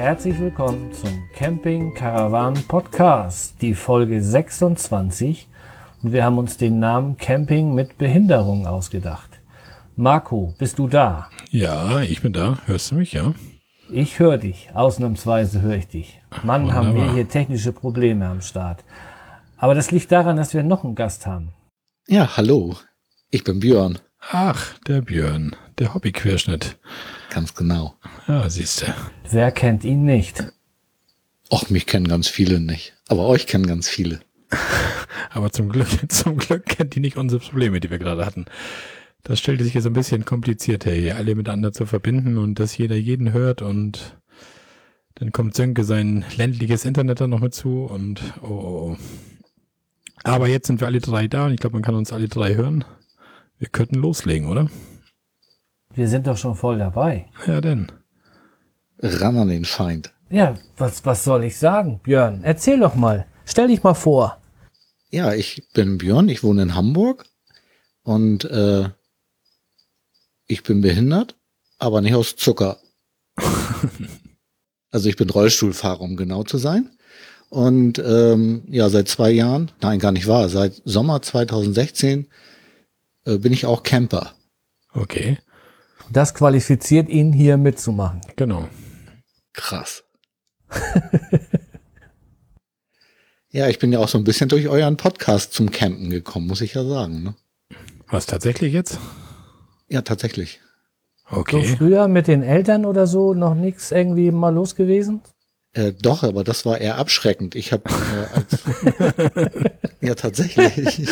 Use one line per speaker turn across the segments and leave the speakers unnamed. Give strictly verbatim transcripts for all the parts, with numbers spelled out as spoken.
herzlich willkommen zum Camping Caravan Podcast, die Folge sechsundzwanzig. Und wir haben uns den Namen Camping mit Behinderung ausgedacht. Marco, bist du da?
Ja, ich bin da. Hörst du mich, ja?
Ich höre dich. Ausnahmsweise höre ich dich. Mann,
Wunderbar.
haben wir hier technische Probleme am Start. Aber das liegt daran, dass wir noch einen Gast haben.
Ja, hallo. Ich bin Björn.
Ach, der Björn, der Hobbyquerschnitt.
Ganz genau.
Ja, siehst du.
Wer kennt ihn nicht?
Och, mich kennen ganz viele nicht. Aber euch kennen ganz viele.
Aber zum Glück, zum Glück kennt die nicht unsere Probleme, die wir gerade hatten. Das stellte sich jetzt ein bisschen komplizierter, hier alle miteinander zu verbinden und dass jeder jeden hört und dann kommt Sönke sein ländliches Internet dann noch mit zu und oh, oh, oh. Aber jetzt sind wir alle drei da und ich glaube, man kann uns alle drei hören. Wir könnten loslegen, oder?
Wir sind doch schon voll dabei.
Ja, denn.
Ran an den Feind.
Ja, was, was soll ich sagen, Björn? Erzähl doch mal. Stell dich mal vor.
Ja, ich bin Björn, ich wohne in Hamburg und äh, ich bin behindert, aber nicht aus Zucker. Also ich bin Rollstuhlfahrer, um genau zu sein. Und ähm, ja, seit zwei Jahren, nein, gar nicht wahr, seit Sommer zweitausendsechzehn äh, bin ich auch Camper.
Okay,
Das qualifiziert ihn, hier mitzumachen.
genau.
Krass. Ja, ich bin ja auch so ein bisschen durch euren Podcast zum Campen gekommen, muss ich ja sagen. Ne?
Was, tatsächlich jetzt?
Ja, tatsächlich.
So
Okay.
früher mit den Eltern oder so noch nichts irgendwie mal los gewesen?
Äh, doch, aber das war eher abschreckend. Ich habe äh, als ja tatsächlich.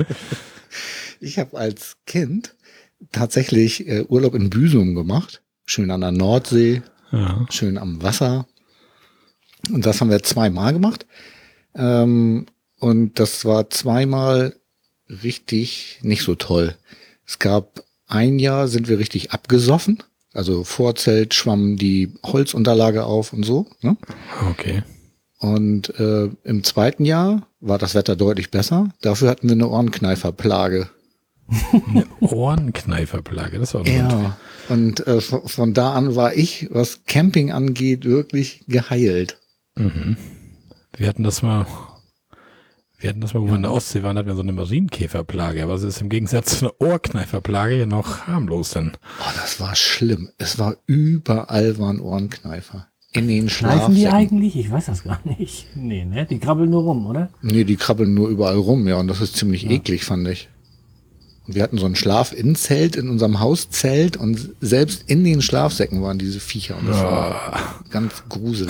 Ich habe als Kind tatsächlich äh, Urlaub in Büsum gemacht, schön an der Nordsee,
Ja.
schön am Wasser. Und das haben wir zweimal gemacht. Ähm, und das war zweimal richtig nicht so toll. Es gab ein Jahr, sind wir richtig abgesoffen. Also Vorzelt schwamm die Holzunterlage auf und so. Ne?
Okay.
Und äh, im zweiten Jahr war das Wetter deutlich besser. Dafür hatten wir eine Ohrenkneiferplage.
Eine Ohrenkneiferplage, das war gut.
Ja. Und äh, von, von da an war ich, was Camping angeht, wirklich geheilt.
Mhm. Wir hatten das mal, wir hatten das mal, wo wir in der Ostsee waren, hatten wir so eine Marienkäferplage, aber es ist im Gegensatz zu einer Ohrenkneiferplage ja noch harmlos dann.
Oh, das war schlimm. Es war überall waren Ohrenkneifer. In den
Kneifen die
Schlafsäcken.
eigentlich? Ich weiß das gar nicht. Nee, ne? Die krabbeln nur rum, oder?
Nee, die krabbeln nur überall rum, ja. Und das ist ziemlich
Ja.
eklig, fand ich. Und wir hatten so ein Schlaf-In-Zelt in unserem Hauszelt und selbst in den Schlafsäcken waren diese Viecher. Und das war ganz gruselig.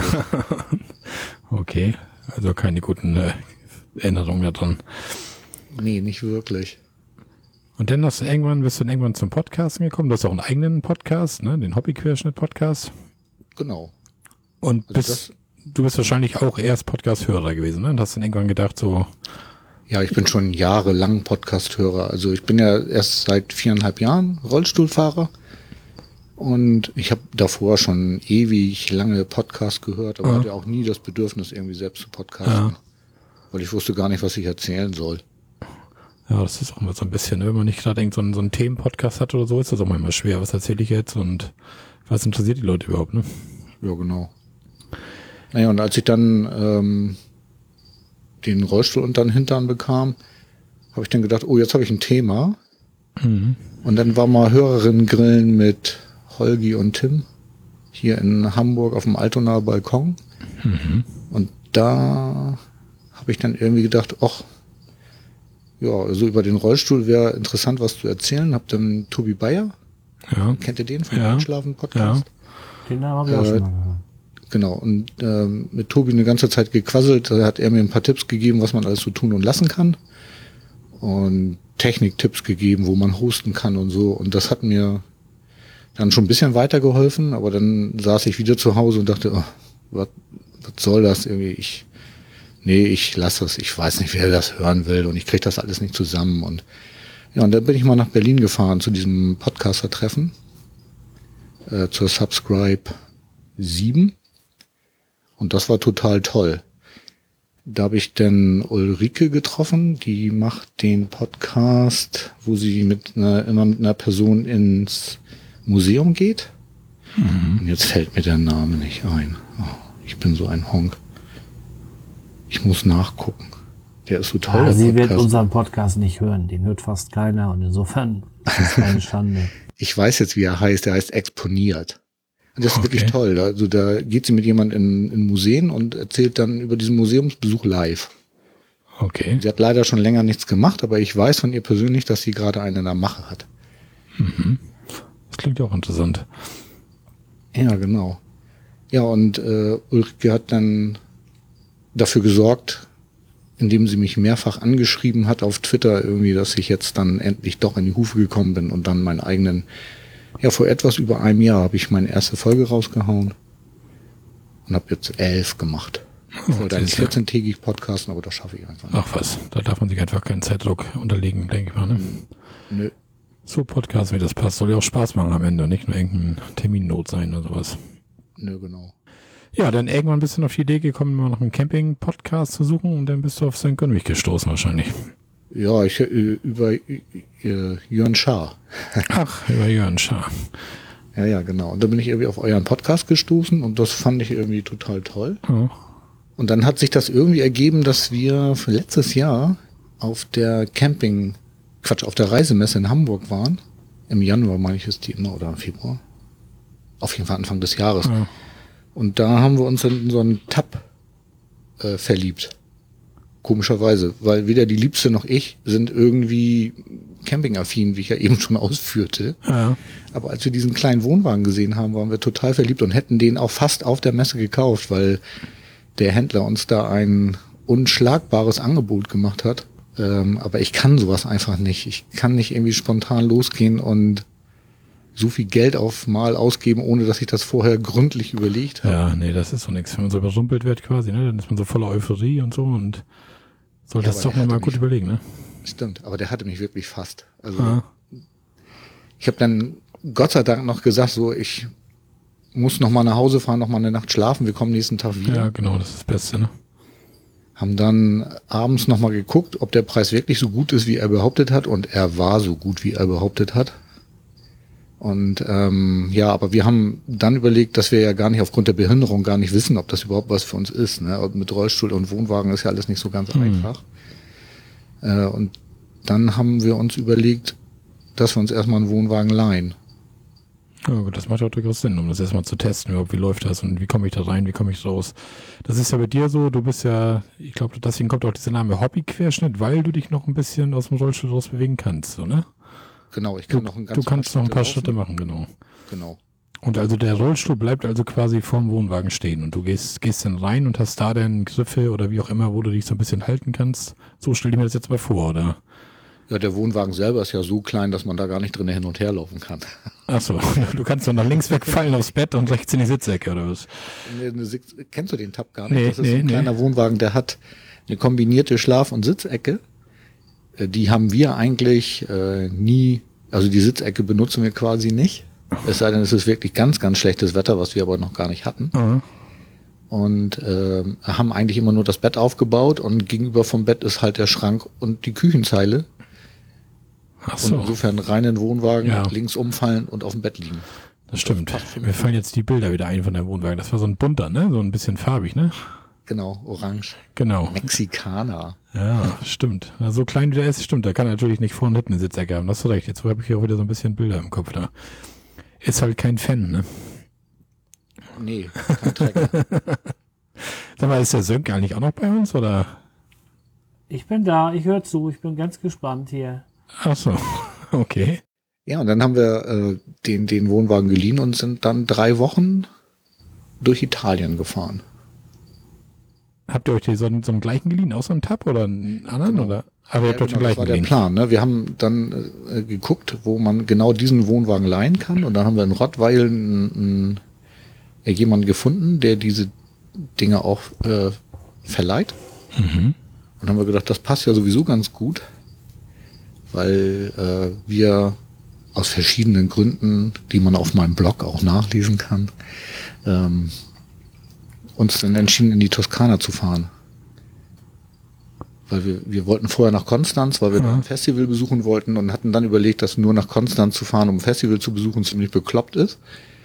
Okay, also keine guten äh, Erinnerungen daran.
Nee, nicht wirklich.
Und dann hast du irgendwann, bist du dann irgendwann zum Podcasten gekommen. Du hast auch einen eigenen Podcast, ne, den Hobbyquerschnitt-Podcast.
Genau.
Und
Also
bist,
das-
du bist wahrscheinlich auch erst Podcast-Hörer gewesen, ne? Und hast dann irgendwann gedacht, so,
Ja, ich bin schon jahrelang Podcast-Hörer. Also ich bin ja erst seit viereinhalb Jahren Rollstuhlfahrer. Und ich habe davor schon ewig lange Podcast gehört, aber
Ja.
hatte auch nie das Bedürfnis, irgendwie selbst zu podcasten.
Ja.
Weil ich wusste gar nicht, was ich erzählen soll.
ja, das ist auch immer so ein bisschen, ne? Wenn man nicht gerade irgend so einen, so einen Themen-Podcast hat oder so, ist das auch manchmal schwer. Was erzähle ich jetzt und was interessiert die Leute überhaupt, ne?
Ja, genau. Naja, und als ich dann ähm, den Rollstuhl unter den Hintern bekam, habe ich dann gedacht, oh, jetzt habe ich ein Thema.
Mhm.
Und dann war mal Hörerinnen-Grillen mit Holgi und Tim hier in Hamburg auf dem Altonaer Balkon.
Mhm.
Und da habe ich dann irgendwie gedacht, ach, ja, also über den Rollstuhl wäre interessant, was zu erzählen. Hab dann Tobi Bayer,
Ja,
kennt ihr den vom
Ja.
Einschlafen-Podcast?
Den Namen habe ich auch
Äh,
schon mal gehört.
Genau, und ähm, mit Tobi eine ganze Zeit gequasselt, da hat er mir ein paar Tipps gegeben, was man alles so tun und lassen kann. Und Techniktipps gegeben, wo man hosten kann und so. Und das hat mir dann schon ein bisschen weitergeholfen, aber dann saß ich wieder zu Hause und dachte, oh, was, was soll das irgendwie? Ich, nee, ich lasse das, ich weiß nicht, wer das hören will und ich kriege das alles nicht zusammen. Und ja, und dann bin ich mal nach Berlin gefahren zu diesem Podcaster-Treffen, äh, zur Subscribe sieben. Und das war total toll. Da habe ich dann Ulrike getroffen, die macht den Podcast, wo sie mit einer, immer mit einer Person ins Museum geht. Mhm. Und jetzt fällt mir der Name nicht ein. Oh, ich bin so ein Honk. Ich muss nachgucken. Der ist so toll.
Ah, sie wird unseren Podcast nicht hören. Den hört fast keiner und insofern ist es keine Schande.
Ich weiß jetzt, wie er heißt. Der heißt Exponiert. Und das ist
Okay.
wirklich toll. Also da geht sie mit jemandem in, in Museen und erzählt dann über diesen Museumsbesuch live.
Okay.
Sie hat leider schon länger nichts gemacht, aber ich weiß von ihr persönlich, dass sie gerade einen in der Mache hat.
Mhm. Das klingt ja auch interessant.
Ja, genau. Ja, und äh, Ulrike hat dann dafür gesorgt, indem sie mich mehrfach angeschrieben hat auf Twitter irgendwie, dass ich jetzt dann endlich doch in die Hufe gekommen bin und dann meinen eigenen, ja, vor etwas über einem Jahr habe ich meine erste Folge rausgehauen und habe jetzt elf gemacht. Ich wollte eigentlich vierzehntägig podcasten, aber das schaffe ich einfach nicht.
Ach was, da darf man sich einfach keinen Zeitdruck unterlegen, denke ich mal. Ne?
Nö.
So Podcast, wie das passt, soll ja auch Spaß machen am Ende, nicht nur irgendein Terminnot sein oder sowas.
Nö, genau.
Ja, dann irgendwann bist du auf die Idee gekommen, mal noch einen Camping-Podcast zu suchen und dann bist du auf Sankt Gunwig gestoßen wahrscheinlich.
Ja, ich äh, über äh, Jörn Schaar.
Ach, über Jörn Schaar.
Ja, ja, genau. Und da bin ich irgendwie auf euren Podcast gestoßen und das fand ich irgendwie total toll.
Oh.
Und dann hat sich das irgendwie ergeben, dass wir für letztes Jahr auf der Camping, Quatsch, auf der Reisemesse in Hamburg waren. Im Januar, meine ich, ist die immer, oder im Februar. Auf jeden Fall Anfang des Jahres.
Ja.
Und da haben wir uns in so einen Tab äh, verliebt. Komischerweise, weil weder die Liebste noch ich sind irgendwie campingaffin, wie ich ja eben schon ausführte.
Ja.
Aber als wir diesen kleinen Wohnwagen gesehen haben, waren wir total verliebt und hätten den auch fast auf der Messe gekauft, weil der Händler uns da ein unschlagbares Angebot gemacht hat. Ähm, aber ich kann sowas einfach nicht. Ich kann nicht irgendwie spontan losgehen und so viel Geld auf Mal ausgeben, ohne dass ich das vorher gründlich überlegt habe.
Ja, nee, das ist so nichts. Wenn man so überrumpelt wird quasi, ne, dann ist man so voller Euphorie und so und soll
Ja,
das
aber
doch
der
nochmal
hatte
gut
mich-
überlegen, ne?
Stimmt, aber der hatte mich wirklich fast. Also
Ah.
ich habe dann Gott sei Dank noch gesagt, so ich muss noch mal nach Hause fahren, noch mal eine Nacht schlafen, wir kommen nächsten Tag wieder.
Ja, genau, das ist das Beste, ne?
Haben dann abends noch mal geguckt, ob der Preis wirklich so gut ist, wie er behauptet hat, und er war so gut, wie er behauptet hat. Und ähm, ja, aber wir haben dann überlegt, dass wir ja gar nicht aufgrund der Behinderung gar nicht wissen, ob das überhaupt was für uns ist. Ne? Und mit Rollstuhl und Wohnwagen ist ja alles nicht so ganz
Hm.
einfach. Äh, und dann haben wir uns überlegt, dass wir uns erstmal einen Wohnwagen leihen.
Ja, gut, das macht ja auch durchaus Sinn, um das erstmal zu testen, überhaupt wie läuft das und wie komme ich da rein, wie komme ich raus. Das ist ja bei dir so, du bist ja, ich glaube, deswegen kommt auch dieser Name Hobbyquerschnitt, weil du dich noch ein bisschen aus dem Rollstuhl raus bewegen kannst, so, ne?
Genau, ich kann
Du,
noch ein ganz
du kannst noch ein paar
laufen.
Schritte machen, genau.
Genau.
Und also der Rollstuhl bleibt also quasi vorm Wohnwagen stehen und du gehst, gehst dann rein und hast da dann Griffe oder wie auch immer, wo du dich so ein bisschen halten kannst. So stell ich mir das jetzt mal vor, oder?
Ja, der Wohnwagen selber ist ja so klein, dass man da gar nicht drin hin und her laufen kann.
Ach so, du kannst doch nach links wegfallen aufs Bett und rechts in die Sitzecke, oder was?
Eine- eine Sitz- Kennst du den Tab gar nicht?
Nee,
das ist
nee,
so ein
nee.
kleiner Wohnwagen, der hat eine kombinierte Schlaf- und Sitzecke. Äh, Die haben wir eigentlich äh, nie, also die Sitzecke benutzen wir quasi nicht. Es sei denn, es ist wirklich ganz, ganz schlechtes Wetter, was wir aber noch gar nicht hatten.
Ah,
Und äh, haben eigentlich immer nur das Bett aufgebaut und gegenüber vom Bett ist halt der Schrank und die Küchenzeile.
ach
Und
so,
insofern rein in den Wohnwagen,
Ja.
links umfallen und auf dem Bett liegen.
das stimmt.
passt für
Mir
mich.
fallen jetzt die Bilder wieder ein von der Wohnwagen. Das war so ein bunter, ne? So ein bisschen farbig, ne?
Genau, orange.
Genau.
Mexikaner.
Ja, stimmt. Na, so klein wie der ist, stimmt. Der kann natürlich nicht vorne und hinten eine Sitzecke haben. Das hast du recht. Jetzt habe ich hier auch wieder so ein bisschen Bilder im Kopf da. Ist halt kein Fan, ne?
Nee, kein Trecker.
Sag mal, ist der Sönke eigentlich auch noch bei uns, oder?
Ich bin da, ich höre zu, ich bin ganz gespannt hier.
Ach so, okay.
Ja, und dann haben wir äh, den, den Wohnwagen geliehen und sind dann drei Wochen durch Italien gefahren.
Habt ihr euch die so, einen- so einen gleichen geliehen, auch so einen Tab oder einen anderen?
Genau.
Oder? Aber ihr habt euch den
genau, das
gleichen
war der
geliehen.
Plan. Ne? Wir haben dann äh, geguckt, wo man genau diesen Wohnwagen leihen kann. Und dann haben wir in Rottweil einen, einen, äh, jemanden gefunden, der diese Dinge auch äh, verleiht.
Mhm.
Und haben wir gedacht, das passt ja sowieso ganz gut, weil äh, wir aus verschiedenen Gründen, die man auf meinem Blog auch nachlesen kann, ähm, uns dann entschieden, in die Toskana zu fahren. Weil wir, wir wollten vorher nach Konstanz, weil wir da ein Festival besuchen wollten und hatten dann überlegt, dass nur nach Konstanz zu fahren, um ein Festival zu besuchen, ziemlich bekloppt ist.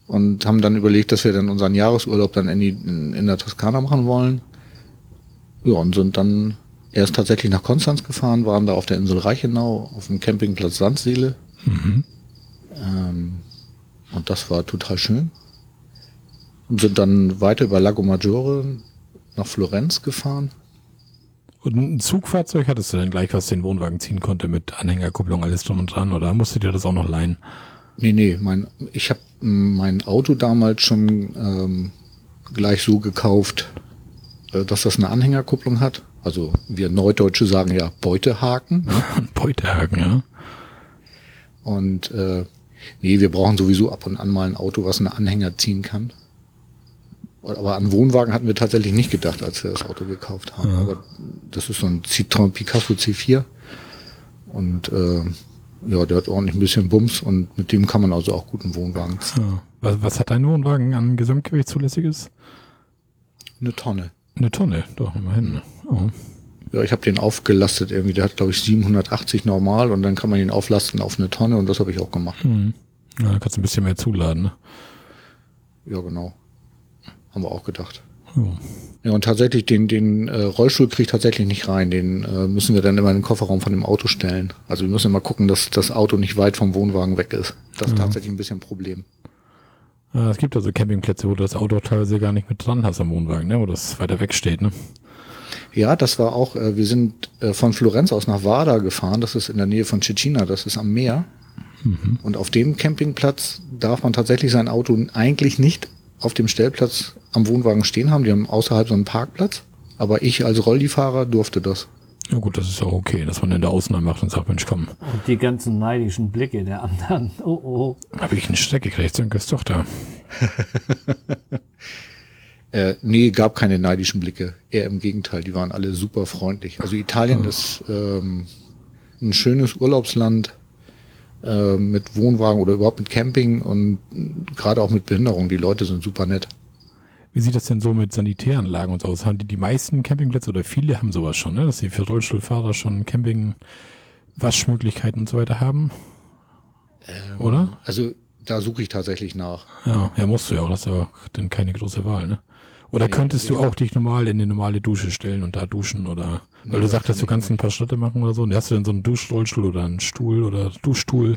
und haben dann überlegt, dass wir dann unseren Jahresurlaub dann in, die, in, in der Toskana machen wollen. Ja, und sind dann erst tatsächlich nach Konstanz gefahren, waren da auf der Insel Reichenau, auf dem Campingplatz Sandseele.
Mhm.
Ähm, und das war total schön. Und sind dann weiter über Lago Maggiore nach Florenz gefahren.
Und ein Zugfahrzeug hattest du denn gleich, was den Wohnwagen ziehen konnte mit Anhängerkupplung, alles drum und dran, oder musstet ihr das auch noch leihen?
Nee, nee, mein, ich habe mein Auto damals schon ähm, gleich so gekauft, äh, dass das eine Anhängerkupplung hat. Also wir Neudeutsche sagen ja Beutehaken.
Beutehaken, ja.
Und äh, nee, wir brauchen sowieso ab und an mal ein Auto, was einen Anhänger ziehen kann. Aber an Wohnwagen hatten wir tatsächlich nicht gedacht, als wir das Auto gekauft haben. Ja. Aber das ist so ein Citroën Picasso C vier. Und äh, ja, der hat ordentlich ein bisschen Bums und mit dem kann man also auch gut einen Wohnwagen ziehen.
Ja. Was, was hat dein Wohnwagen an Gesamtgewicht zulässiges?
Eine Tonne.
Eine Tonne, doch, immerhin. Oh.
Ja, ich habe den aufgelastet irgendwie. Der hat, glaube ich, siebenhundertachtzig normal und dann kann man ihn auflasten auf eine Tonne und das habe ich auch gemacht.
Mhm. Ja, da kannst du ein bisschen mehr zuladen, ne?
Ja, genau. Haben wir auch gedacht.
Oh.
Ja, und tatsächlich den, den äh, Rollstuhl kriege ich tatsächlich nicht rein. Den äh, müssen wir dann immer in den Kofferraum von dem Auto stellen. Also wir müssen immer gucken, dass das Auto nicht weit vom Wohnwagen weg ist. Das ist
ja.
tatsächlich ein bisschen ein Problem.
Ja, es gibt also Campingplätze, wo du das Auto teilweise gar nicht mit dran hast am Wohnwagen, ne? Wo das weiter weg steht, ne?
Ja, das war auch, äh, wir sind äh, von Florenz aus nach Vada gefahren. Das ist in der Nähe von Cecina, das ist am Meer.
Mhm.
Und auf dem Campingplatz darf man tatsächlich sein Auto eigentlich nicht auf dem Stellplatz am Wohnwagen stehen haben. Die haben außerhalb so einen Parkplatz. Aber ich als Rollifahrer durfte das.
Ja gut, das ist auch okay, dass man in der Ausnahme macht und sagt, Mensch, komm.
Und die ganzen neidischen Blicke der anderen. Oh, oh.
Habe ich einen Steck gekriegt, Sönkes Tochter.
äh, nee, gab keine neidischen Blicke. Eher im Gegenteil, die waren alle super freundlich. Also Italien oh. ist ähm, ein schönes Urlaubsland. Mit Wohnwagen oder überhaupt mit Camping und gerade auch mit Behinderung. Die Leute sind super nett.
Wie sieht das denn so mit Sanitäranlagen und so aus? Haben die die meisten Campingplätze oder viele haben sowas schon, ne? Dass sie für Rollstuhlfahrer schon Camping-Waschmöglichkeiten und so weiter haben? Ähm, oder?
Also da suche ich tatsächlich nach.
Ja, ja, musst du ja auch. Das ist ja dann keine große Wahl, ne? Oder ja, könntest du auch dich normal in eine normale Dusche stellen und da duschen oder, weil nee, du sagtest, du kannst ein paar Schritte machen oder so. Und hast du denn so einen Duschrollstuhl oder einen Stuhl oder Duschstuhl?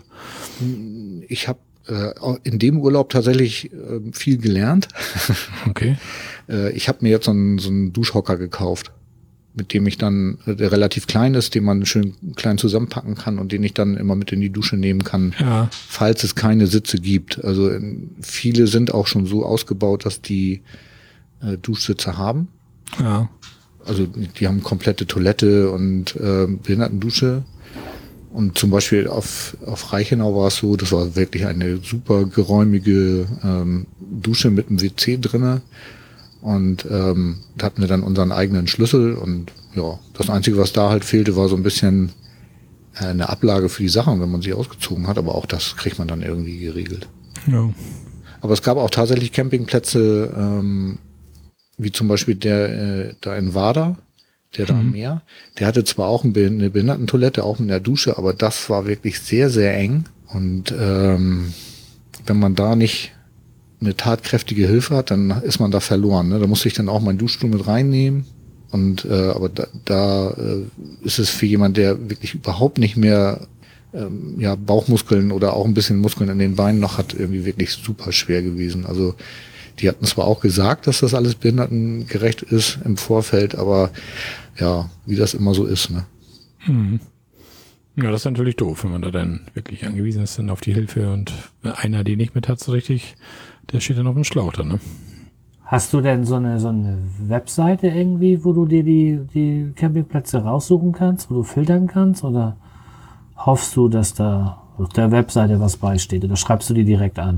Ich habe äh, in dem Urlaub tatsächlich äh, viel gelernt.
Okay.
äh, ich habe mir jetzt so einen, so einen Duschhocker gekauft, mit dem ich dann, der relativ klein ist, den man schön klein zusammenpacken kann und den ich dann immer mit in die Dusche nehmen kann,
ja.
falls es keine Sitze gibt. Also viele sind auch schon so ausgebaut, dass die Duschsitze haben.
Ja.
Also die haben komplette Toilette und äh, Behindertendusche. Und zum Beispiel auf, auf Reichenau war es so, das war wirklich eine super geräumige ähm, Dusche mit einem W C drinne. Und ähm, da hatten wir dann unseren eigenen Schlüssel. Und ja, das Einzige, was da halt fehlte, war so ein bisschen äh, eine Ablage für die Sachen, wenn man sie ausgezogen hat. Aber auch das kriegt man dann irgendwie geregelt.
Ja.
Aber es gab auch tatsächlich Campingplätze, ähm, wie zum Beispiel der äh, da in Vada, der da am Meer. Der hatte zwar auch eine Behindertentoilette, auch mit einer Dusche, aber das war wirklich sehr, sehr eng. Und ähm, wenn man da nicht eine tatkräftige Hilfe hat, dann ist man da verloren. Ne? Da musste ich dann auch meinen Duschstuhl mit reinnehmen. Und äh, aber da, da äh, ist es für jemand, der wirklich überhaupt nicht mehr ähm, ja Bauchmuskeln oder auch ein bisschen Muskeln in den Beinen noch hat, irgendwie wirklich super schwer gewesen. Also die hatten zwar auch gesagt, dass das alles behindertengerecht ist im Vorfeld, aber ja, wie das immer so ist, ne?
Hm. Ja, das ist natürlich doof, wenn man da dann wirklich angewiesen ist dann auf die Hilfe und einer, die nicht mit hat so richtig, der steht dann auf dem Schlauch dann, ne?
Hast du denn so eine, so eine Webseite irgendwie, wo du dir die, die Campingplätze raussuchen kannst, wo du filtern kannst, oder hoffst du, dass da auf der Webseite was beisteht, oder schreibst du die direkt an?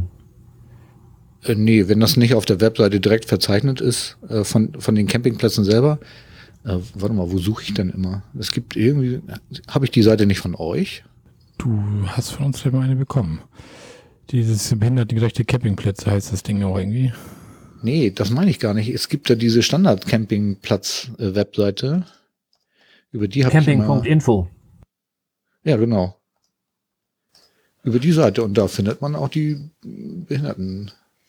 Äh, nee, wenn das nicht auf der Webseite direkt verzeichnet ist, äh, von, von den Campingplätzen selber, äh, warte mal, wo suche ich denn immer? Es gibt irgendwie, habe ich die Seite nicht von euch?
Du hast von uns mal eine bekommen. Dieses behindertengerechte Campingplätze heißt das Ding auch irgendwie.
Nee, das meine ich gar nicht. Es gibt ja diese Standard-Campingplatz-Webseite. Über die habe ich
Camping Punkt info.
Ja, genau. Über die Seite. Und da findet man auch die Behinderten.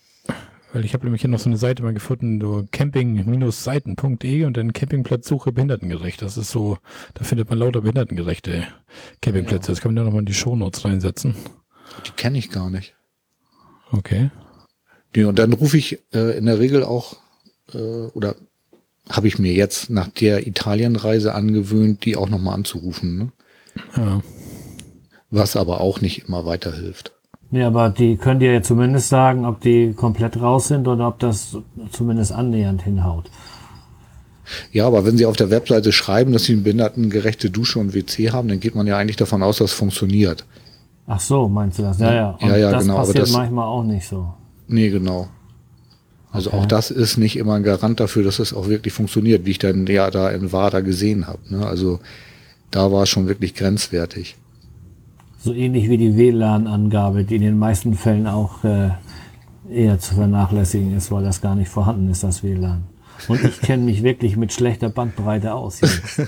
Weil ich habe nämlich hier noch so eine Seite mal gefunden, so camping Seiten punkt de und dann Campingplatzsuche behindertengerecht. Das ist so, da findet man lauter behindertengerechte Campingplätze. Das kann man ja nochmal in die Shownotes reinsetzen.
Die kenne ich gar nicht.
Okay.
Nee, und dann rufe ich äh, in der Regel auch, äh, oder habe ich mir jetzt nach der Italienreise angewöhnt, die auch nochmal anzurufen. Ne?
Ja.
Was aber auch nicht immer weiterhilft.
Ja, aber die können dir ja zumindest sagen, ob die komplett raus sind oder ob das zumindest annähernd hinhaut.
Ja, aber wenn sie auf der Webseite schreiben, dass sie eine behindertengerechte Dusche und W C haben, dann geht man ja eigentlich davon aus, dass es funktioniert.
Ach so, meinst du das? Ja, ja. Und
ja, ja,
das
genau.
passiert
Aber das
manchmal auch nicht so.
Nee, genau. Also
Okay.
auch das ist nicht immer ein Garant dafür, dass es auch wirklich funktioniert, wie ich dann ja da in Wada gesehen habe. Ne? Also da war es schon wirklich grenzwertig.
So ähnlich wie die W L A N-Angabe, die in den meisten Fällen auch äh, eher zu vernachlässigen ist, weil das gar nicht vorhanden ist, das W L A N. Und ich kenne mich wirklich mit schlechter Bandbreite aus.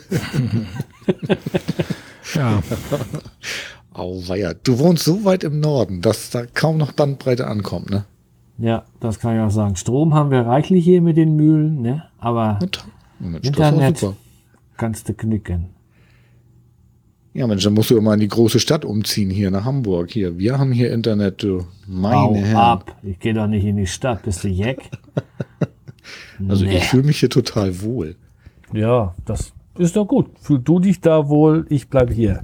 Ja.
Auweia, du wohnst so weit im Norden, dass da kaum noch Bandbreite ankommt, ne?
Ja, das kann ich auch sagen. Strom haben wir reichlich hier mit den Mühlen, ne? Aber
Und, Mensch,
Internet
das ist auch super.
kannst du knicken.
Ja, Mensch, dann musst du immer in die große Stadt umziehen, hier nach Hamburg. Hier, wir haben hier Internet, du. Meine
Hau
Herren.
ab. Ich gehe doch nicht in die Stadt. Bist du Jeck?
Also
Nee.
ich fühle mich hier total wohl.
Ja, das ist doch gut. Fühl du dich da wohl, ich bleib hier.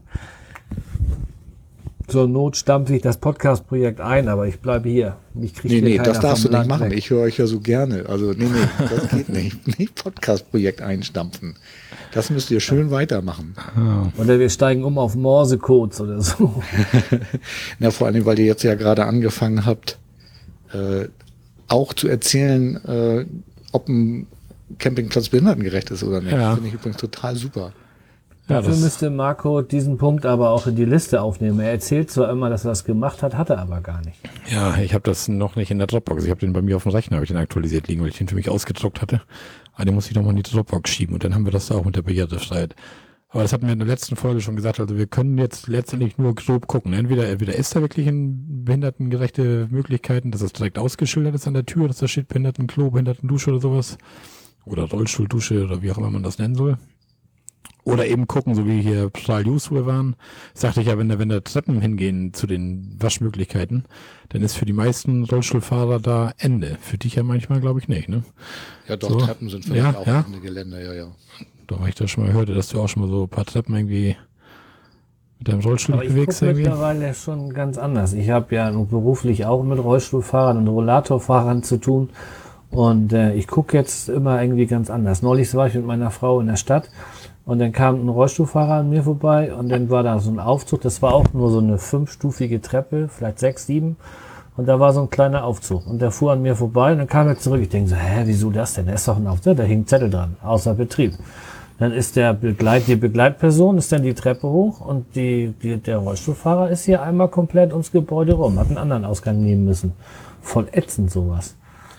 Zur Not stampfe ich das Podcast-Projekt ein, aber ich bleibe hier. Mich kriegt
Nee,
hier
nee,
keiner
das darfst du
vom
nicht
Land
machen.
weg.
Ich höre euch ja so gerne. Also nee, nee, das geht nicht. Nicht Podcast-Projekt einstampfen. Das müsst ihr schön weitermachen.
Oder wir steigen um auf Morsecodes oder so.
Na, vor allem, weil ihr jetzt ja gerade angefangen habt, äh, auch zu erzählen, äh, ob ein Campingplatz behindertengerecht ist oder nicht.
Ja.
Finde ich übrigens total super.
Ja,
Dafür
das,
müsste Marco diesen Punkt aber auch in die Liste aufnehmen. Er erzählt zwar immer, dass er das gemacht hat, hat er aber gar nicht.
ja, ich habe das noch nicht in der Dropbox. Ich habe den bei mir auf dem Rechner, habe ich den aktualisiert liegen, weil ich den für mich ausgedruckt hatte. Aber den muss ich nochmal in die Dropbox schieben und dann haben wir das da auch mit der Barrierefreiheit. Aber das hatten wir in der letzten Folge schon gesagt. Also wir können jetzt letztendlich nur grob gucken. Entweder, entweder ist da wirklich ein behindertengerechte Möglichkeiten, dass es direkt ausgeschildert ist an der Tür, dass da steht Behindertenklo, Behindertendusche oder sowas. Oder Rollstuhldusche oder wie auch immer man das nennen soll. Oder eben gucken, so wie hier Total Useful waren, sagte ich ja, wenn da, wenn da Treppen hingehen zu den Waschmöglichkeiten, dann ist für die meisten Rollstuhlfahrer da Ende. Für dich ja manchmal, glaube ich, nicht, ne?
Ja, doch,
So.
Treppen sind vielleicht
Ja,
auch
ja.
Ende Gelände, ja, ja.
Doch, weil ich das schon mal hörte, dass du auch schon mal so ein paar Treppen irgendwie mit deinem Rollstuhl
Aber ich
bewegst
gucke
irgendwie.
mittlerweile schon ganz anders. Ich habe ja beruflich auch mit Rollstuhlfahrern und Rollatorfahrern zu tun. Und äh, ich gucke jetzt immer irgendwie ganz anders. Neulich war ich mit meiner Frau in der Stadt und dann kam ein Rollstuhlfahrer an mir vorbei und dann war da so ein Aufzug. Das war auch nur so eine fünfstufige Treppe, vielleicht sechs, sieben. Und da war so ein kleiner Aufzug. Und der fuhr an mir vorbei und dann kam er zurück. Ich denke so, hä, wieso das denn? Da ist doch ein Aufzug, da hing ein Zettel dran, außer Betrieb. Dann ist der Begleit, die Begleitperson ist dann die Treppe hoch und die, die, der Rollstuhlfahrer ist hier einmal komplett ums Gebäude rum, hat einen anderen Ausgang nehmen müssen. Voll ätzend sowas.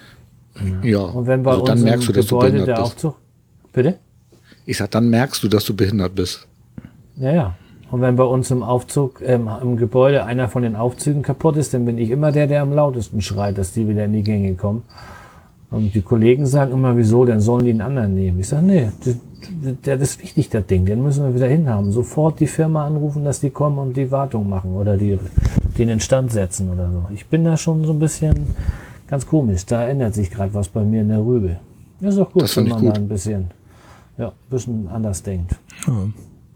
Ja,
Und wenn bei
also
uns
dann
im
merkst du, dass du
Gebäude
behindert
der
bist.
Aufzug... Bitte?
Ich sag, dann merkst du, dass du behindert bist.
Ja, ja. Und wenn bei uns im Aufzug, ähm, im Gebäude einer von den Aufzügen kaputt ist, dann bin ich immer der, der am lautesten schreit, dass die wieder in die Gänge kommen. Und die Kollegen sagen immer, wieso, dann sollen die einen anderen nehmen. Ich sage, nee, das, das ist wichtig, das Ding, den müssen wir wieder hinhaben. Sofort die Firma anrufen, dass die kommen und die Wartung machen oder die, den instand setzen oder so. Ich bin da schon so ein bisschen ganz komisch. Da ändert sich gerade was bei mir in der Rübe. Das ist auch gut,
Das
wenn
find ich
man
gut.
da ein bisschen, ja, ein bisschen anders denkt.
Ja.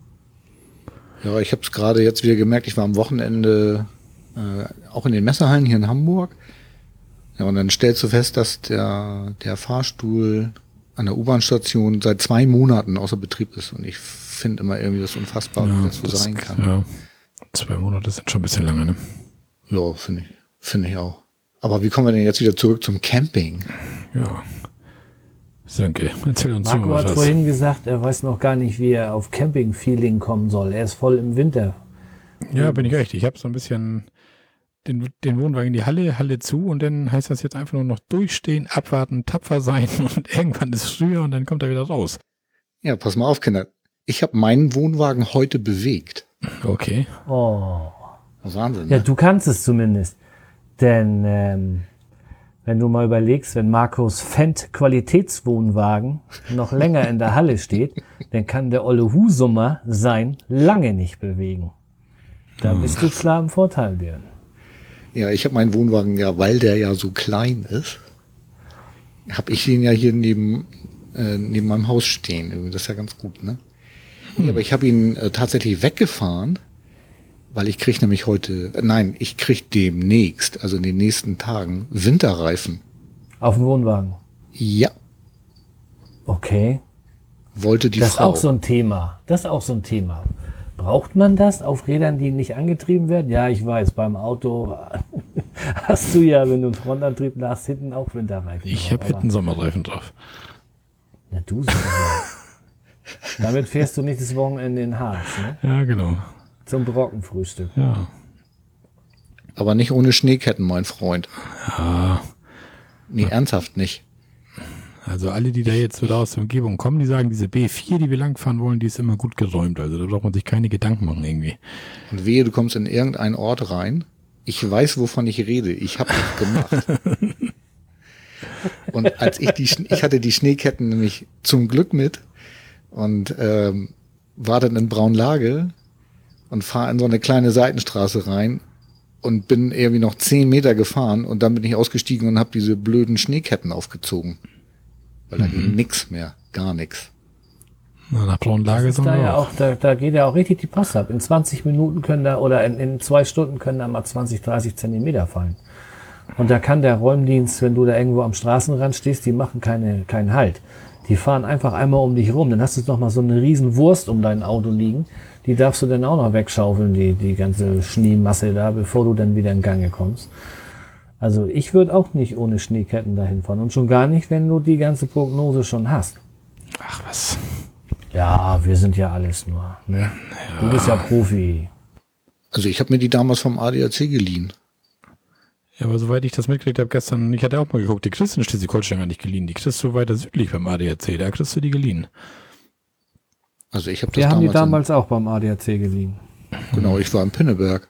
Ja, ich habe es gerade jetzt wieder gemerkt, ich war am Wochenende äh, auch in den Messehallen hier in Hamburg. Ja, und dann stellst du fest, dass der, der Fahrstuhl an der U-Bahn-Station seit zwei Monaten außer Betrieb ist. Und ich finde immer irgendwie das unfassbar, wie das so sein kann.
Ja. Zwei Monate sind schon ein bisschen lange, ne?
Ja, finde ich, finde ich auch. Aber wie kommen wir denn jetzt wieder zurück zum Camping?
Ja. Danke. Erzähl uns
Marco
mal
hat
was.
vorhin gesagt, er weiß noch gar nicht, wie er auf Camping-Feeling kommen soll. Er ist voll im Winter.
Ja, bin ich echt. Ich habe so ein bisschen den, den Wohnwagen in die Halle, Halle zu und dann heißt das jetzt einfach nur noch durchstehen, abwarten, tapfer sein und irgendwann ist es früher und dann kommt er wieder raus.
Ja, pass mal auf, Kinder. Ich habe meinen Wohnwagen heute bewegt.
Okay.
Oh.
Das ist Wahnsinn.
Ja,
Ne?
du kannst es zumindest. Denn ähm, Wenn du mal überlegst, wenn Markus Fendt Qualitätswohnwagen noch länger in der Halle steht, dann kann der olle Husummer sein lange nicht bewegen. Da bist du klar im Vorteil, Björn.
Ja, ich habe meinen Wohnwagen ja, weil der ja so klein ist, habe ich ihn ja hier neben, äh, neben meinem Haus stehen. Das ist ja ganz gut, ne? Hm. Ja, aber ich habe ihn äh, tatsächlich weggefahren, weil ich kriege nämlich heute, äh, nein, ich kriege demnächst, also in den nächsten Tagen, Winterreifen.
Auf dem Wohnwagen?
Ja.
Okay.
Wollte die
das
Frau.
Das ist auch so ein Thema. Das ist auch so ein Thema. Braucht man das auf Rädern, die nicht angetrieben werden? Ja, ich weiß, beim Auto hast du ja, wenn du einen Frontantrieb hast, hinten auch Winterreifen.
Ich habe hinten Sommerreifen drauf.
Na du so. Damit fährst du nicht das Wochenende in Harz, ne?
Ja, genau.
Zum Brockenfrühstück.
Ja.
Aber nicht ohne Schneeketten, mein Freund.
Ja.
Nee, ernsthaft nicht.
Also alle, die da jetzt wieder aus der Umgebung kommen, die sagen, diese B vier, die wir langfahren wollen, die ist immer gut geräumt. Also da braucht man sich keine Gedanken machen irgendwie.
Und wehe, du kommst in irgendeinen Ort rein. Ich weiß, wovon ich rede. Ich habe das gemacht. Und als ich die, ich hatte die Schneeketten nämlich zum Glück mit und ähm, war dann in Braunlage und fahre in so eine kleine Seitenstraße rein und bin irgendwie noch zehn Meter gefahren und dann bin ich ausgestiegen und habe diese blöden Schneeketten aufgezogen. Weil da ging nix mehr, gar nix.
Na, nach Braunlage
ist da ja auch, da, da geht ja auch richtig die Post ab. In zwanzig Minuten können da, oder in, in zwei Stunden können da mal zwanzig, dreißig Zentimeter fallen. Und da kann der Räumdienst, wenn du da irgendwo am Straßenrand stehst, die machen keine, keinen Halt. Die fahren einfach einmal um dich rum. Dann hast du noch mal so eine riesen Wurst um dein Auto liegen. Die darfst du dann auch noch wegschaufeln, die, die ganze Schneemasse da, bevor du dann wieder in Gange kommst. Also ich würde auch nicht ohne Schneeketten dahin fahren. Und schon gar nicht, wenn du die ganze Prognose schon hast.
Ach was.
Ja, wir sind ja alles nur. Ne? Ja. Du bist ja Profi.
Also ich habe mir die damals vom A D A C geliehen.
Ja, aber soweit ich das mitgekriegt habe gestern, ich hatte auch mal geguckt, die kriegst du in Schleswig-Holstein gar nicht geliehen. Die kriegst du weiter südlich beim A D A C, da kriegst du die geliehen.
Also ich habe das
Wir
damals...
haben die damals in, auch beim A D A C geliehen.
Genau, ich war in Pinneberg.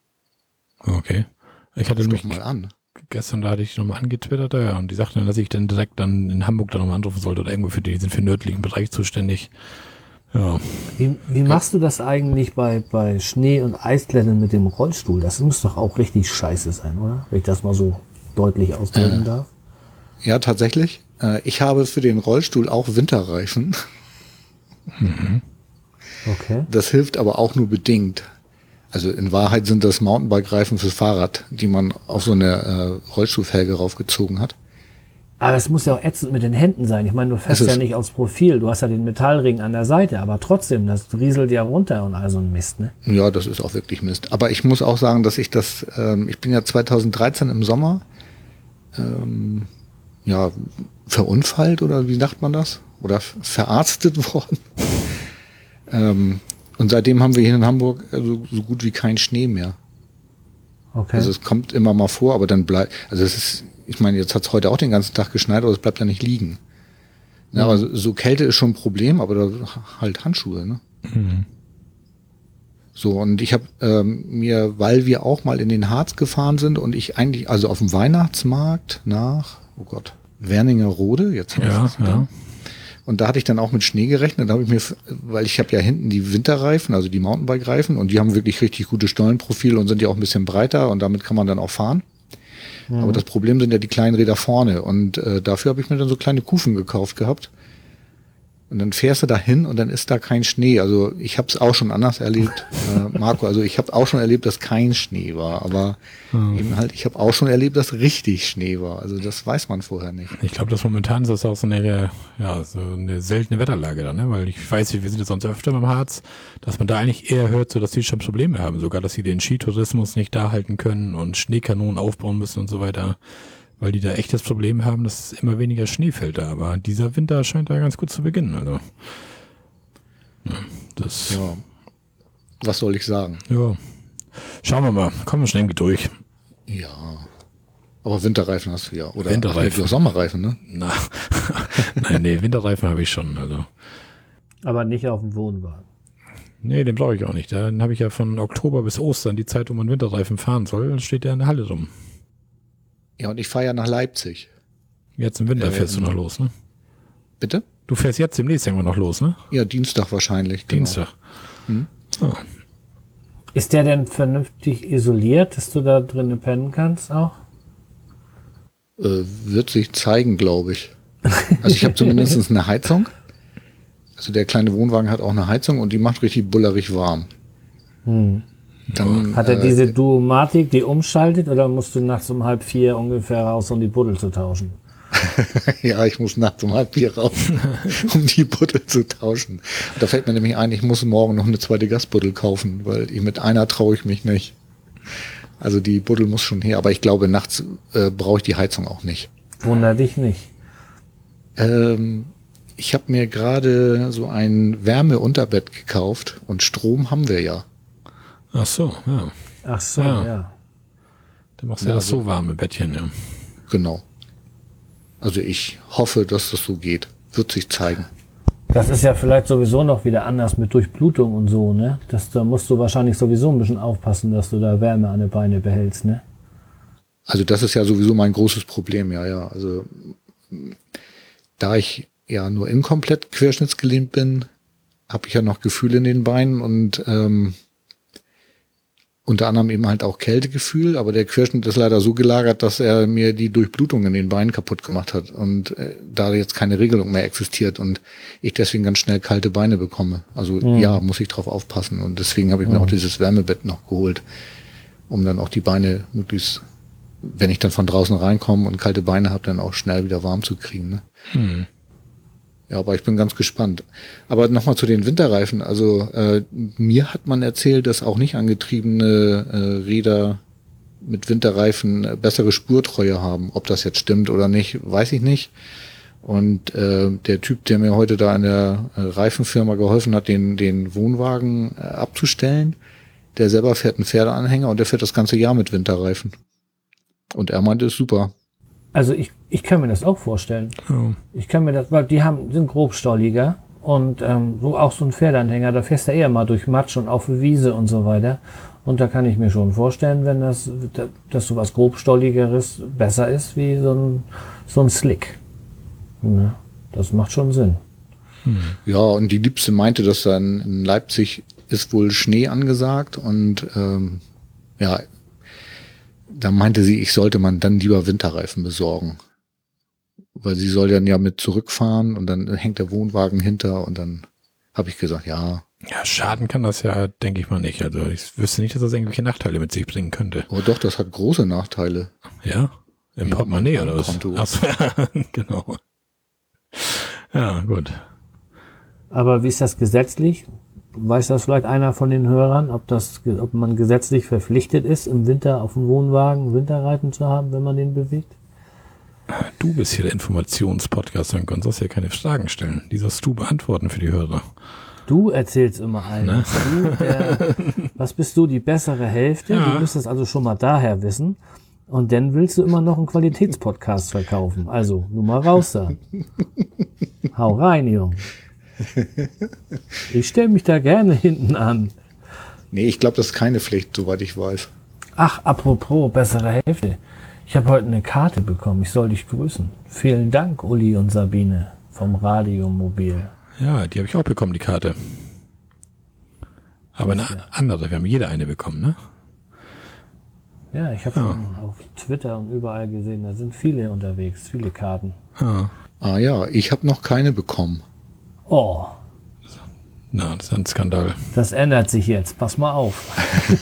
Okay. Ich hatte mich
mal an.
Gestern, da hatte ich nochmal angetwittert, ja, und die sagten dann, dass ich dann direkt dann in Hamburg dann nochmal anrufen sollte oder irgendwo für die, die sind für den nördlichen Bereich zuständig. Ja.
Wie, wie machst du das eigentlich bei, bei Schnee- und Eisklettern mit dem Rollstuhl? Das muss doch auch richtig scheiße sein, oder? Wenn ich das mal so deutlich ausdrücken äh, darf.
Ja, tatsächlich. Äh, ich habe für den Rollstuhl auch Winterreifen.
Mhm.
Okay.
Das hilft aber auch nur bedingt. Also in Wahrheit sind das Mountainbike-Reifen fürs Fahrrad, die man auf so eine äh, Rollstuhlfelge raufgezogen hat.
Aber es muss ja auch ätzend mit den Händen sein. Ich meine, du fährst ja nicht aufs Profil. Du hast ja den Metallring an der Seite, aber trotzdem, das rieselt ja runter und all so ein Mist, ne?
Ja, das ist auch wirklich Mist. Aber ich muss auch sagen, dass ich das, ähm, ich bin ja zweitausenddreizehn im Sommer, ähm, ja, verunfallt oder wie sagt man das? Oder verarztet worden. ähm, und seitdem haben wir hier in Hamburg also so gut wie keinen Schnee mehr.
Okay.
Also es kommt immer mal vor, aber dann bleibt, also es ist, ich meine, jetzt hat es heute auch den ganzen Tag geschneit, aber es bleibt ja nicht liegen. Ja, mhm. Aber so, so Kälte ist schon ein Problem, aber da halt Handschuhe, ne?
Mhm.
So, und ich habe ähm, mir, weil wir auch mal in den Harz gefahren sind und ich eigentlich, also auf dem Weihnachtsmarkt nach, oh Gott, Wernigerode, jetzt
ja, ja.
Und da hatte ich dann auch mit Schnee gerechnet. Da habe ich mir, weil ich habe ja hinten die Winterreifen, also die Mountainbike-Reifen, und die haben wirklich richtig gute Stollenprofile und sind ja auch ein bisschen breiter und damit kann man dann auch fahren. Mhm. Aber das Problem sind ja die kleinen Räder vorne und äh, dafür habe ich mir dann so kleine Kufen gekauft gehabt. Und dann fährst du da hin und dann ist da kein Schnee. Also ich habe es auch schon anders erlebt, äh, Marco. Also ich habe auch schon erlebt, dass kein Schnee war. Aber hm. eben halt, ich habe auch schon erlebt, dass richtig Schnee war. Also das weiß man vorher nicht.
Ich glaube, dass momentan ist das auch so eine, ja, so eine seltene Wetterlage da, ne? Weil ich weiß, wir sind jetzt sonst öfter beim Harz, dass man da eigentlich eher hört, so dass die schon Probleme haben. Sogar, dass sie den Skitourismus nicht da halten können und Schneekanonen aufbauen müssen und so weiter. Weil die da echt das Problem haben, dass immer weniger Schnee fällt da. Aber dieser Winter scheint da ganz gut zu beginnen. Also, ja, das.
Ja. Was soll ich sagen?
Ja. Schauen wir mal. Kommen wir schnell durch.
Ja. Aber Winterreifen hast du ja. Oder
Winterreifen.
Ach, Sommerreifen, ne?
Na. Nein, nee, Winterreifen habe ich schon. Also.
Aber nicht auf dem Wohnwagen.
Nee, den brauche ich auch nicht. Dann habe ich ja von Oktober bis Ostern die Zeit, wo man Winterreifen fahren soll. Dann steht der in der Halle rum.
Ja, und ich fahre ja nach Leipzig.
Jetzt im Winter
Ähm,
fährst du noch los, ne?
Bitte?
Du fährst jetzt demnächst irgendwann noch los, ne?
Ja, Dienstag wahrscheinlich. Genau.
Dienstag.
Hm.
Oh.
Ist der denn vernünftig isoliert, dass du da drinnen pennen kannst auch?
Äh, wird sich zeigen, glaube ich. Also ich habe zumindest eine Heizung. Also der kleine Wohnwagen hat auch eine Heizung und die macht richtig bullerig warm.
Hm.
Dann,
Hat er
äh,
diese Duomatik, die umschaltet, oder musst du nachts um halb vier ungefähr raus, um die Buddel zu tauschen?
Ja, ich muss nachts um halb vier raus, um die Buddel zu tauschen. Da fällt mir nämlich ein, ich muss morgen noch eine zweite Gasbuddel kaufen, weil ich mit einer traue ich mich nicht. Also die Buddel muss schon her, aber ich glaube, nachts äh, brauche ich die Heizung auch nicht.
Wunder dich nicht.
Ähm, ich habe mir gerade so ein Wärmeunterbett gekauft und Strom haben wir ja.
Ach so, ja.
Ach so,
Ja.
ja.
Dann machst du
Ja,
ja das
also-
so warme Bettchen, ja.
Genau. Also ich hoffe, dass das so geht. Wird sich zeigen.
Das ist ja vielleicht sowieso noch wieder anders mit Durchblutung und so, ne? Das, da musst du wahrscheinlich sowieso ein bisschen aufpassen, dass du da Wärme an den Beine behältst, ne?
Also das ist ja sowieso mein großes Problem, ja, ja. Also da ich ja nur inkomplett querschnittsgelähmt bin, habe ich ja noch Gefühle in den Beinen und ähm, unter anderem eben halt auch Kältegefühl, aber der Querschnitt ist leider so gelagert, dass er mir die Durchblutung in den Beinen kaputt gemacht hat und äh, da jetzt keine Regelung mehr existiert und ich deswegen ganz schnell kalte Beine bekomme. Also
Mhm.
ja, muss ich drauf aufpassen und deswegen habe ich mir
Mhm.
auch dieses Wärmebett noch geholt, um dann auch die Beine möglichst, wenn ich dann von draußen reinkomme und kalte Beine habe, dann auch schnell wieder warm zu kriegen. Ne?
Hm.
Ja, aber ich bin ganz gespannt. Aber nochmal zu den Winterreifen. Also äh, mir hat man erzählt, dass auch nicht angetriebene äh, Räder mit Winterreifen äh, bessere Spurtreue haben. Ob das jetzt stimmt oder nicht, weiß ich nicht. Und äh, der Typ, der mir heute da in der äh, Reifenfirma geholfen hat, den, den Wohnwagen äh, abzustellen, der selber fährt einen Pferdeanhänger und der fährt das ganze Jahr mit Winterreifen. Und er meinte, ist super.
Also ich, ich kann mir das auch vorstellen.
Oh.
Ich kann mir das, weil die haben, sind grobstolliger und ähm, so auch so ein Pferdeanhänger, da fährst du eher mal durch Matsch und auf Wiese und so weiter. Und da kann ich mir schon vorstellen, wenn das, dass so was grobstolligeres besser ist wie so ein, so ein Slick. Ne? Das macht schon Sinn.
Ja, und die Liebste meinte, dass dann in Leipzig ist wohl Schnee angesagt und ähm, ja, da meinte sie, ich sollte man dann lieber Winterreifen besorgen. Weil sie soll dann ja mit zurückfahren und dann hängt der Wohnwagen hinter und dann habe ich gesagt, ja,
Ja, schaden kann das ja, denke ich mal nicht. Also ich wüsste nicht, dass das irgendwelche Nachteile mit sich bringen könnte.
oh doch, das hat große Nachteile.
Ja? Im
Ja,
Portemonnaie
am
oder was?
Konto.
Ach so, ja, genau. Ja, gut.
Aber wie ist das gesetzlich? Weiß das vielleicht einer von den Hörern, ob das, ob man gesetzlich verpflichtet ist, im Winter auf dem Wohnwagen Winterreifen zu haben, wenn man den bewegt?
Du bist hier der Informationspodcast und kannst uns ja keine Fragen stellen. Die sollst du beantworten für die Hörer.
Du erzählst immer allen.
Ne?
Du, der, was bist du, die bessere Hälfte?
Ja.
Du müsstest also schon mal daher wissen. Und dann willst du immer noch einen Qualitätspodcast verkaufen. Also, nur mal raus da. Hau rein, Jung. Ich stelle mich da gerne hinten an.
Nee, ich glaube, das ist keine Pflicht, soweit ich weiß.
Ach, apropos bessere Hälfte. Ich habe heute eine Karte bekommen. Ich soll dich grüßen. Vielen Dank, Uli und Sabine vom Radiomobil.
Ja, die habe ich auch bekommen, die Karte. Aber eine andere, wir haben jeder eine bekommen, ne?
Ja, ich habe
Ja.
schon auf Twitter und überall gesehen, da sind viele unterwegs, viele Karten.
Ja.
Ah ja, ich habe noch keine bekommen.
Oh,
Na, das ist ein Skandal.
das ändert sich jetzt. Pass mal auf.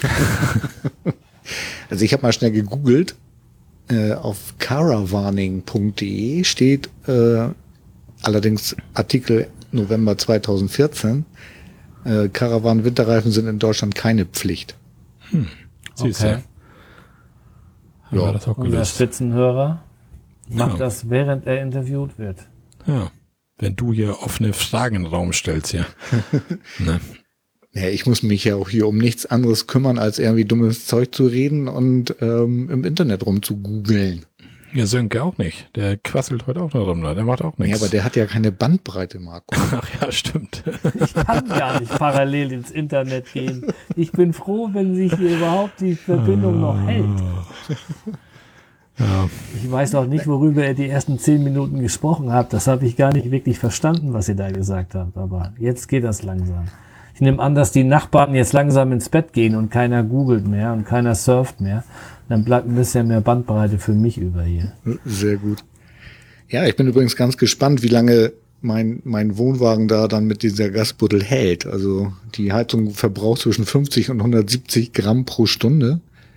Also ich habe mal schnell gegoogelt. Äh, auf caravanning punkt de steht äh, allerdings Artikel November zweitausendvierzehn. Äh, Caravan-Winterreifen sind in Deutschland keine Pflicht.
Siehst
Okay.
du? Haben
Ja.
wir das auch
Unser
gelöst.
Spitzenhörer macht
Ja.
das, während er interviewt wird.
Ja. Wenn du hier offene Fragen in den Raum stellst, ja. ne?
Ja, ich muss mich ja auch hier um nichts anderes kümmern, als irgendwie dummes Zeug zu reden und ähm, im Internet rumzugoogeln.
Ja, Sönke auch nicht. Der quasselt heute auch noch rum, ne? Der macht auch
Ja,
nichts.
aber der hat ja keine Bandbreite, Marco.
Ach ja, stimmt.
Ich kann gar nicht parallel ins Internet gehen. Ich bin froh, wenn sich hier überhaupt die Verbindung noch hält.
Ja.
Ich weiß auch nicht, worüber ihr die ersten zehn Minuten gesprochen habt. Das habe ich gar nicht wirklich verstanden, was ihr da gesagt habt. Aber jetzt geht das langsam. Ich nehme an, dass die Nachbarn jetzt langsam ins Bett gehen und keiner googelt mehr und keiner surft mehr. Dann bleibt ein bisschen mehr Bandbreite für mich über hier.
Sehr gut. Ja, ich bin übrigens ganz gespannt, wie lange mein, mein Wohnwagen da dann mit dieser Gasbuddel hält. Also die Heizung verbraucht zwischen fünfzig und hundertsiebzig Gramm pro Stunde.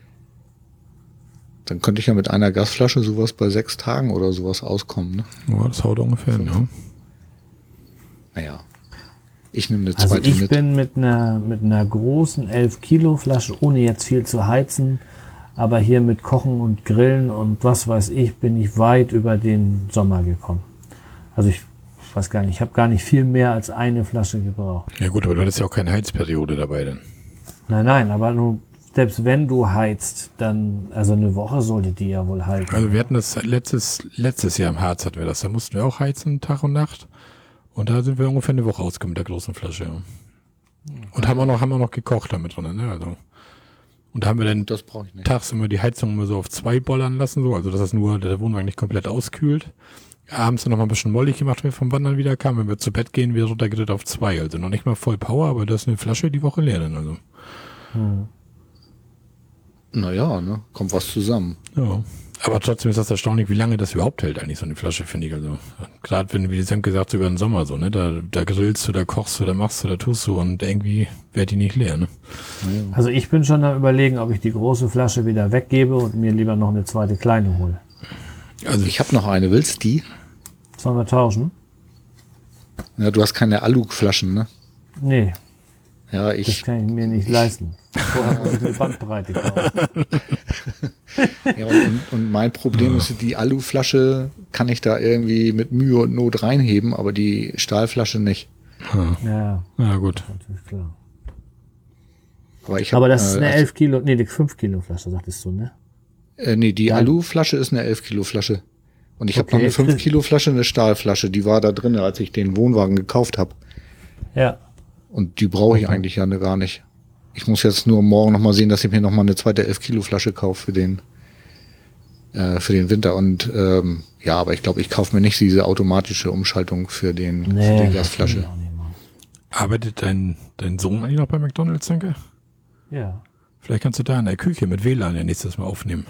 Dann könnte ich ja mit einer Gasflasche sowas bei sechs Tagen oder sowas auskommen. Ne?
Ja, das haut ungefähr hin, ja.
Naja, ich nehme eine
Also
zweite
ich
mit.
bin mit einer, mit einer großen elf Kilo Flasche, ohne jetzt viel zu heizen, aber hier mit Kochen und Grillen und was weiß ich, bin ich weit über den Sommer gekommen. Also ich weiß gar nicht, ich habe gar nicht viel mehr als eine Flasche gebraucht.
Ja gut, aber du hattest ja auch keine Heizperiode dabei dann.
Nein, nein, aber nur, selbst wenn du heizt, dann, also eine Woche sollte die ja wohl halten.
Also wir hatten das letztes, letztes Jahr im Harz hatten wir das. Da mussten wir auch heizen, Tag und Nacht. Und da sind wir ungefähr eine Woche ausgekommen mit der großen Flasche. Ja. Und haben auch noch, haben auch noch gekocht damit drin, ne? Also. Und da haben wir dann
Das brauche ich nicht.
tags immer die Heizung immer so auf zwei bollern lassen, so. Also, dass das nur, der Wohnwagen nicht komplett auskühlt. Abends dann noch mal ein bisschen mollig gemacht, wenn wir vom Wandern wieder kamen. Wenn wir zu Bett gehen, wieder runtergedreht auf zwei. Also noch nicht mal voll Power, aber das ist eine Flasche die Woche leer dann, also.
Hm.
Naja, ne, kommt was zusammen.
Ja. Aber trotzdem ist das erstaunlich, wie lange das überhaupt hält, eigentlich so eine Flasche, finde ich. Also, gerade wenn, wie die Sam gesagt, so über den Sommer so, ne, da, da grillst du, da kochst du, da machst du, da tust du und irgendwie wird die nicht leer, ne.
Also ich bin schon am Überlegen, ob ich die große Flasche wieder weggebe und mir lieber noch eine zweite kleine hole.
Also,
Ich habe noch eine, willst du die?
Sollen wir tauschen?
Ja, du hast keine Alu-Flaschen, ne?
Nee,
Ja,
das
ich.
kann ich mir nicht leisten. Vorher muss ich eine Bandbreite kaufen.
Ja, und, und mein Problem ist, die Aluflasche kann ich da irgendwie mit Mühe und Not reinheben, aber die Stahlflasche nicht.
Ja,
ja gut.
natürlich klar.
Aber, ich hab,
Aber das ist
äh,
eine
also-
elf Kilo, nee, die fünf Kilo Flasche, sagtest du, ne?
Äh, nee, die
Ja.
Aluflasche ist eine elf Kilo Flasche. Und ich habe
Okay,
noch eine fünf
Chris-
Kilo Flasche, eine Stahlflasche. Die war da drin, als ich den Wohnwagen gekauft habe.
Ja.
Und die brauche ich eigentlich ja ne- gar nicht. Ich muss jetzt nur morgen noch mal sehen, dass ich mir noch mal eine zweite elf Kilo Flasche kaufe für den äh, für den Winter. Und ähm, ja, aber ich glaube, ich kaufe mir nicht diese automatische Umschaltung für den für
Nee,
die
das will ich
Gasflasche.
auch nicht machen.
Arbeitet dein, dein Sohn eigentlich noch bei McDonald's, danke?
Ja.
Vielleicht kannst du da in der Küche mit W L A N ja nächstes Mal aufnehmen.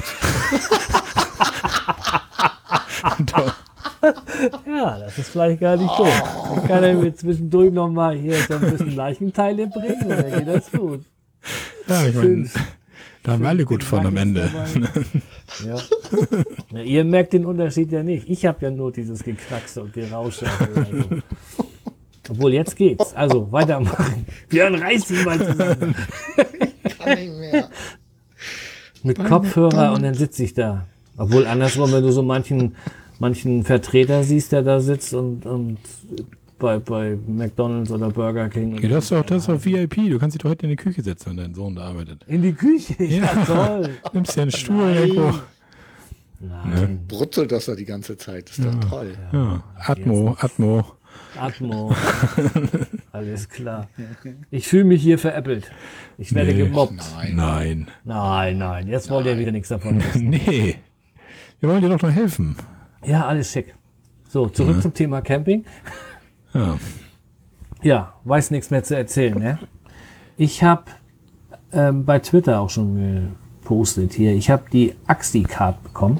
Ja, das ist vielleicht gar nicht doof. Dann kann er mir zwischendurch noch mal hier so ein bisschen Leichenteile bringen und dann geht das gut.
Ja, ich meine,
Schön.
da haben wir alle gut von am Ende.
Ja. Ja, ihr merkt den Unterschied ja nicht. Ich habe ja nur dieses Geknackse und Gerausche. Also. Obwohl, jetzt geht's. Also, weitermachen. Björn, reiß dich mal zusammen.
Kann nicht mehr.
Mit Kopfhörer und dann sitze ich da. Obwohl, andersrum, wenn du so manchen, manchen Vertreter siehst, der da sitzt und, und bei, bei McDonald's oder Burger King.
Ja, das ist doch, das ist doch V I P. Du kannst dich doch heute in die Küche setzen, wenn dein Sohn da arbeitet.
In die Küche? Ja,
Ja.
toll.
Nimmst dir einen Stuhl irgendwo.
Nein.
Brutzelt das da die ganze Zeit. Ist doch toll.
Ja, Atmo, Atmo.
Atmo. Alles klar. Ich fühle mich hier veräppelt. Ich werde
Nee.
gemobbt.
Nein.
Nein.
Nein, nein. Jetzt wollt ihr wieder nichts davon wissen.
Nee. Wir wollen dir doch nur helfen.
Ja, alles schick. So, zurück zum Thema Camping.
Ja.
Ja, weiß nichts mehr zu erzählen, ne? Ich habe ähm, bei Twitter auch schon gepostet hier. Ich habe die Axi-Card bekommen.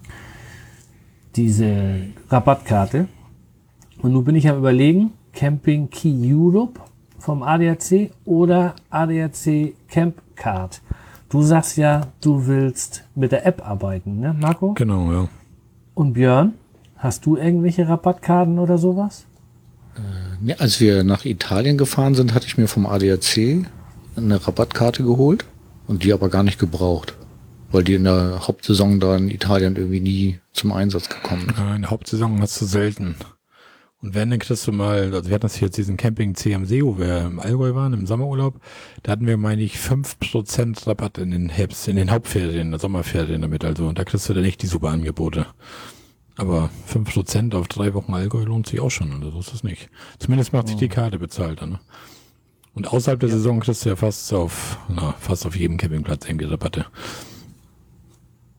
Diese Rabattkarte. Und nun bin ich am Überlegen, Camping Key Europe vom A D A C oder A D A C Camp Card. Du sagst ja, du willst mit der App arbeiten, ne, Marco?
Genau, ja.
Und Björn, hast du irgendwelche Rabattkarten oder sowas?
Ja, als wir nach Italien gefahren sind, hatte ich mir vom A D A C eine Rabattkarte geholt und die aber gar nicht gebraucht, weil die in der Hauptsaison da in Italien irgendwie nie zum Einsatz gekommen ist.
In der Hauptsaison hast du selten. Und wenn, dann kriegst du mal, also wir hatten das hier jetzt diesen Camping C am See, wo wir im Allgäu waren, im Sommerurlaub, da hatten wir, meine ich, fünf Prozent Rabatt in den Herbst, in den Hauptferien, in der Sommerferien damit, also da kriegst du dann nicht die super Angebote. Aber fünf Prozent auf drei Wochen Allgäu lohnt sich auch schon, also so ist das nicht. Zumindest macht sich die Karte bezahlt dann, ne? Und außerhalb der Saison kriegst du ja fast auf, na, fast auf jedem Campingplatz irgendwie Rabatte.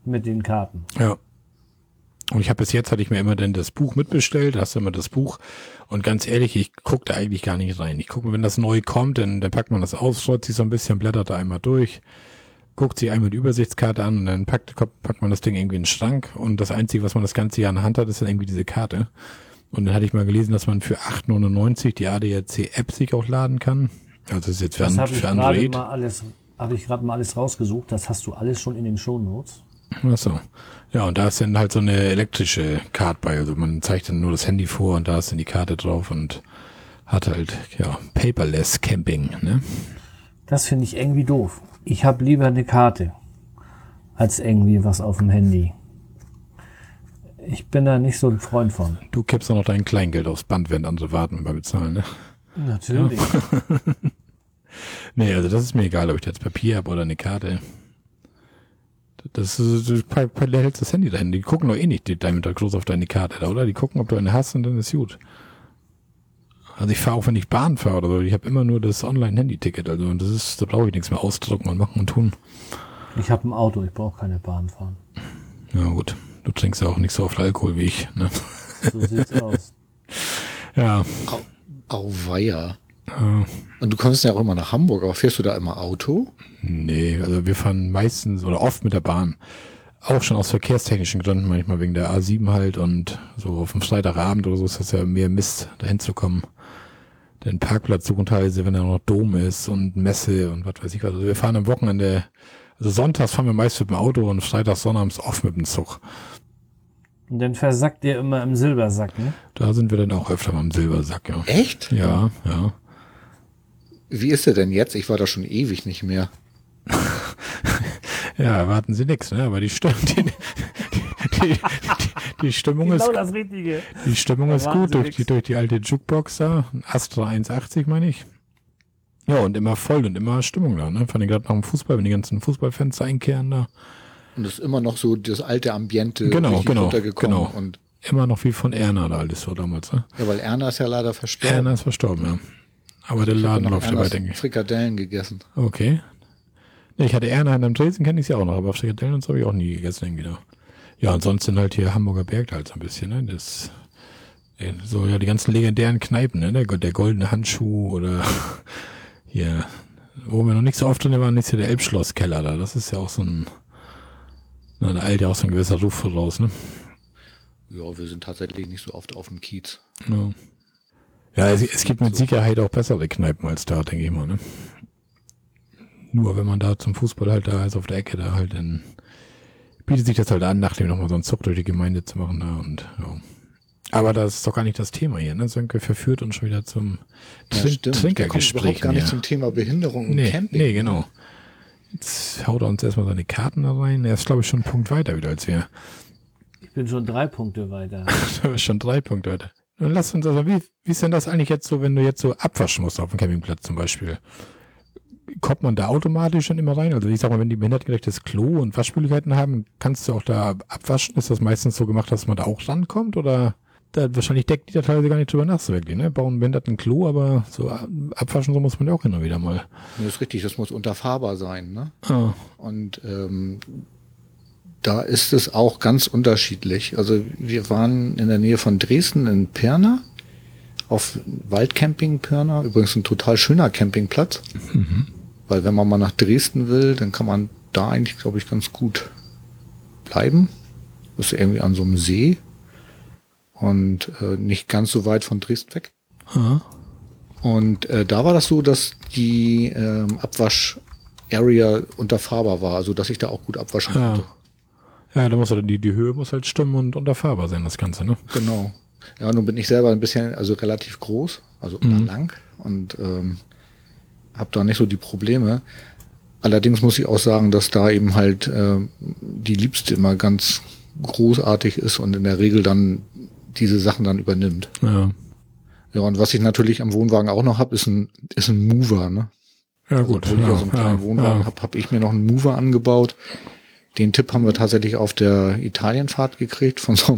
mit den Karten.
Ja. Und ich habe bis jetzt, hatte ich mir immer dann das Buch mitbestellt, da hast du immer das Buch. Und ganz ehrlich, ich gucke da eigentlich gar nicht rein. Ich gucke, wenn das neu kommt, dann, dann packt man das aus, schaut sich so ein bisschen, blättert da einmal durch, guckt sich einmal die Übersichtskarte an und dann packt, packt man das Ding irgendwie in den Schrank. Und das Einzige, was man das ganze Jahr in der Hand hat, ist dann irgendwie diese Karte. Und dann hatte ich mal gelesen, dass man für acht neunundneunzig die A D A C-App sich auch laden kann. Also das ist jetzt für,
Das
an,
habe ich
für
gerade
Android.
mal alles, habe ich gerade mal alles rausgesucht. Das hast du alles schon in den Shownotes.
Ach so. Ja, und da ist dann halt so eine elektrische Card bei. Also man zeigt dann nur das Handy vor und da ist dann die Karte drauf und hat halt, ja, paperless Camping, ne?
Das finde ich irgendwie doof. Ich habe lieber eine Karte als irgendwie was auf dem Handy. Ich bin da nicht so ein Freund von.
Du kippst auch noch dein Kleingeld aufs Band, während andere warten beim Bezahlen, ne?
Natürlich.
Ja. Nee, also das ist mir egal, ob ich jetzt Papier habe oder eine Karte. Das ist, du hältst das Handy dahin. Die gucken doch eh nicht die Diamond groß auf deine Karte, oder? Die gucken, ob du eine hast und dann ist gut. Also ich fahre auch, wenn ich Bahn fahre oder so. Ich habe immer nur das Online-Handy-Ticket. Also und das ist, da brauche ich nichts mehr ausdrucken und machen und tun.
Ich habe ein Auto, ich brauche keine Bahn fahren.
Ja gut, du trinkst ja auch nicht so oft Alkohol wie ich. Ne?
So sieht's aus.
Ja.
Au, auweia.
Äh,
Und du kommst ja auch immer nach Hamburg, aber fährst du da immer Auto?
nee, also wir fahren meistens oder oft mit der Bahn. Auch schon aus verkehrstechnischen Gründen, manchmal wegen der A sieben halt und so auf dem Freitagabend oder so ist das ja mehr Mist, dahin zu kommen. Den Parkplatz suchen teilweise, wenn da noch Dom ist und Messe und was weiß ich was. Also wir fahren am Wochenende, also sonntags fahren wir meist mit dem Auto und freitags, sonnabends oft mit dem Zug.
Und dann versackt ihr immer im Silbersack, ne?
Da sind wir dann auch öfter mal im Silbersack, ja.
Echt?
Ja, ja.
Wie ist der denn jetzt? Ich war da schon ewig nicht mehr.
Ja, erwarten Sie nichts, ne? Aber die Stimmung, die, die, die, die Stimmung
Genau
ist,
das Richtige.
die Stimmung ist
Erwarten
gut
Sie
durch
nix.
die, durch die alte Jukebox da. Astra eins achtzig, meine ich. Ja, und immer voll und immer Stimmung da, ne? Vor allem gerade nach dem Fußball, wenn die ganzen Fußballfans einkehren da.
Und das ist immer noch so das alte Ambiente
Genau,
richtig
genau,
runtergekommen.
genau.
Und,
Immer noch wie von Erna da alles so damals, ne?
ja, weil Erna ist ja leider verstorben.
Erna ist verstorben, ja. Aber der
Ich habe
Laden
noch
läuft dabei,
Ernas
denke ich.
Frikadellen gegessen.
Okay. Nee, ich hatte Erna in einem Dresden, kenne ich sie auch noch, aber Frikadellen und so habe ich auch nie gegessen irgendwie da. Ja, ansonsten halt hier Hamburger Berg halt so ein bisschen, ne? Das, äh, so, ja, die ganzen legendären Kneipen, ne? Der, der goldene Handschuh oder hier, wo wir noch nicht so oft drin waren, ist hier der Elbschlosskeller da. Das ist ja auch so ein, na, da eilt ja auch so ein gewisser Ruf voraus, ne?
Ja, wir sind tatsächlich nicht so oft auf dem Kiez.
Ja, ja es, es gibt mit Sicherheit auch bessere Kneipen als da, denke ich mal, ne? Nur wenn man da zum Fußball halt da ist auf der Ecke da halt, dann bietet sich das halt an, nachdem nochmal so einen Zug durch die Gemeinde zu machen da und ja. Aber das ist doch gar nicht das Thema hier, ne? Sönke verführt uns schon wieder zum
Ja,
Trink-
stimmt. Wir kommen
Trinkergespräch.
überhaupt gar nicht
näher.
zum Thema Behinderung und
Nee,
Camping.
nee, genau. Jetzt haut er uns erstmal seine Karten da rein. Er ist, glaube ich, schon einen Punkt weiter wieder als wir.
Ich bin schon drei Punkte weiter.
Da ist schon drei Punkte weiter. Dann lass uns also, wie, wie ist denn das eigentlich jetzt so, wenn du jetzt so abwaschen musst auf dem Campingplatz zum Beispiel? Kommt man da automatisch schon immer rein? Also ich sag mal, wenn die behindertengerechtes Klo und Waschmöglichkeiten haben, kannst du auch da abwaschen? Ist das meistens so gemacht, dass man da auch rankommt? Oder da wahrscheinlich deckt die da teilweise gar nicht drüber nach, so wirklich, ne? Bauen behinderten Klo, aber so abwaschen, so muss man ja auch immer wieder mal.
Nee, ist richtig, das muss unterfahrbar sein, ne?
Ah,
Und ähm, da ist es auch ganz unterschiedlich. Also wir waren in der Nähe von Dresden in Pirna, auf Waldcamping Pirna, übrigens ein total schöner Campingplatz.
mhm.
Weil wenn man mal nach Dresden will, dann kann man da eigentlich, glaube ich, ganz gut bleiben. Das ist irgendwie an so einem See und äh, nicht ganz so weit von Dresden weg.
Ah.
Und äh, da war das so, dass die ähm, Abwasch-Area unterfahrbar war, also dass ich da auch gut abwaschen
Ja.
konnte.
Ja, da muss halt die, die Höhe muss halt stimmen und unterfahrbar sein, das Ganze, ne?
Genau. Ja, nun bin ich selber ein bisschen, also relativ groß, also
Mhm.
lang und ähm, habe da nicht so die Probleme. Allerdings muss ich auch sagen, dass da eben halt äh, die Liebste immer ganz großartig ist und in der Regel dann diese Sachen dann übernimmt.
Ja.
Ja, und was ich natürlich am Wohnwagen auch noch habe, ist ein ist ein Mover, ne?
Ja, gut.
Obwohl ich ja so einen kleinen
ja,
Wohnwagen
ja.
habe, habe ich mir noch einen Mover angebaut. Den Tipp haben wir tatsächlich auf der Italienfahrt gekriegt von so einem,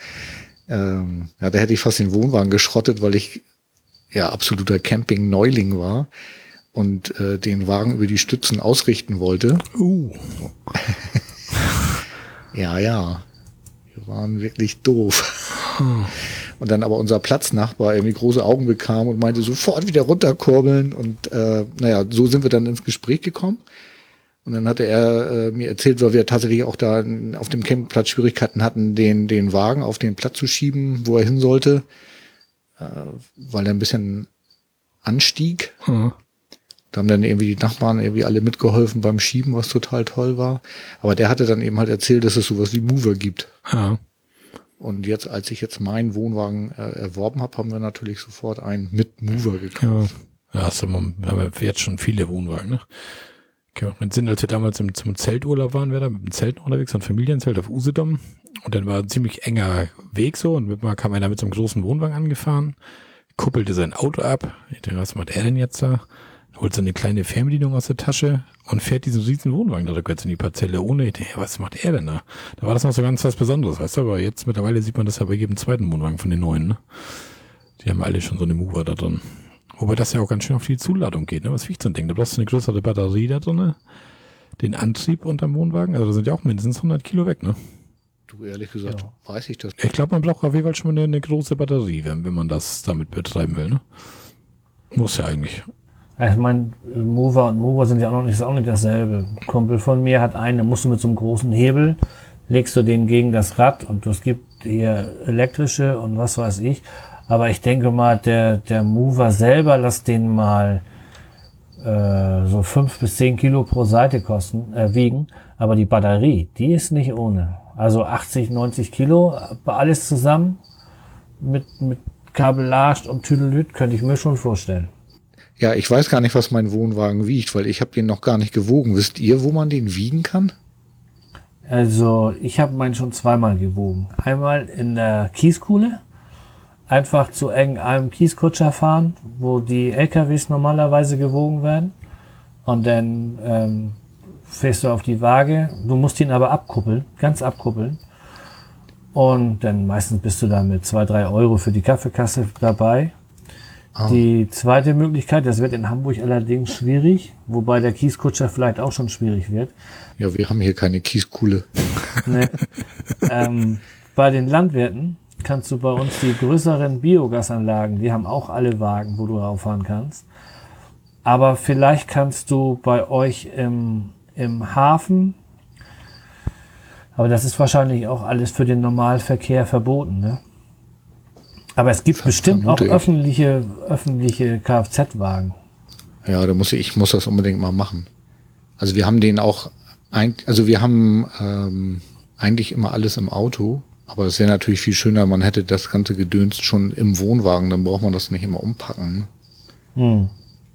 ähm, ja, da hätte ich fast den Wohnwagen geschrottet, weil ich ja absoluter Camping-Neuling war und äh, den Wagen über die Stützen ausrichten wollte.
Uh.
Ja, ja. Wir waren wirklich doof. Hm. Und dann aber unser Platznachbar irgendwie große Augen bekam und meinte, sofort wieder runterkurbeln. Und äh, naja, so sind wir dann ins Gespräch gekommen. Und dann hatte er äh, mir erzählt, weil wir tatsächlich auch da auf dem Campingplatz Schwierigkeiten hatten, den den Wagen auf den Platz zu schieben, wo er hin sollte, äh, weil er ein bisschen anstieg. Hm. Da haben dann irgendwie die Nachbarn irgendwie alle mitgeholfen beim Schieben, was total toll war. Aber der hatte dann eben halt erzählt, dass es sowas wie Mover gibt.
Ja.
Und jetzt, als ich jetzt meinen Wohnwagen äh, erworben habe, haben wir natürlich sofort einen mit Mover gekauft.
Ja, ja, hast du, wir haben jetzt schon viele Wohnwagen, ne? Okay, wir sind, als wir damals im, zum Zelturlaub waren, wir da mit dem Zelt unterwegs, ein Familienzelt auf Usedom. Und dann war ein ziemlich enger Weg so und mit mal kam einer mit so einem großen Wohnwagen angefahren, kuppelte sein Auto ab. Ich dachte, was macht er denn jetzt da? Holt so eine kleine Fernbedienung aus der Tasche und fährt diesen riesen Wohnwagen da rückwärts in die Parzelle ohne, ich dachte, was macht er denn da? Da war das noch so ganz was Besonderes, weißt du, aber jetzt mittlerweile sieht man das ja bei jedem zweiten Wohnwagen von den neuen, ne? Die haben alle schon so eine Mover da drin. Wobei das ja auch ganz schön auf die Zuladung geht, ne? Was wiegt so ein Ding? Da brauchst du eine größere Batterie da drin, ne? Den Antrieb unterm Wohnwagen, also da sind ja auch mindestens hundert Kilo weg, ne?
Du, ehrlich gesagt, ja. Weiß ich das.
Ich glaube, man braucht auf jeden Fall schon mal eine, eine große Batterie, wenn, wenn man das damit betreiben will, ne? Muss ja eigentlich.
Ich meine, Mover und Mover sind ja auch noch nicht, ist auch nicht dasselbe. Ein Kumpel von mir hat einen, da musst du mit so einem großen Hebel, legst du den gegen das Rad und es gibt hier elektrische und was weiß ich. Aber ich denke mal, der, der Mover selber, lass den mal äh, so fünf bis zehn Kilo pro Seite kosten, äh, wiegen. Aber die Batterie, die ist nicht ohne. Also achtzig, neunzig Kilo, alles zusammen mit, mit Kabellage und Tüdelüt, könnte ich mir schon vorstellen.
Ja, ich weiß gar nicht, was mein Wohnwagen wiegt, weil ich habe den noch gar nicht gewogen. Wisst ihr, wo man den wiegen kann?
Also ich habe meinen schon zweimal gewogen. Einmal in der Kieskuhle, einfach zu eng einem Kieskutscher fahren, wo die L K Ws normalerweise gewogen werden. Und dann ähm, fährst du auf die Waage. Du musst ihn aber abkuppeln, ganz abkuppeln. Und dann meistens bist du da mit zwei, drei Euro für die Kaffeekasse dabei. Oh. Die zweite Möglichkeit, das wird in Hamburg allerdings schwierig, wobei der Kieskutscher vielleicht auch schon schwierig wird.
Ja, wir haben hier keine Kieskuhle.
Nee. ähm, bei den Landwirten kannst du bei uns die größeren Biogasanlagen, die haben auch alle Wagen, wo du rauffahren kannst. Aber vielleicht kannst du bei euch im, im Hafen, aber das ist wahrscheinlich auch alles für den Normalverkehr verboten, ne? Aber es gibt Ver- bestimmt auch ich. öffentliche, öffentliche Kfz-Wagen.
Ja, da muss ich, ich muss das unbedingt mal machen. Also wir haben den auch, ein, also wir haben ähm, eigentlich immer alles im Auto, aber es wäre natürlich viel schöner, man hätte das ganze Gedöns schon im Wohnwagen, dann braucht man das nicht immer umpacken. Ne?
Hm.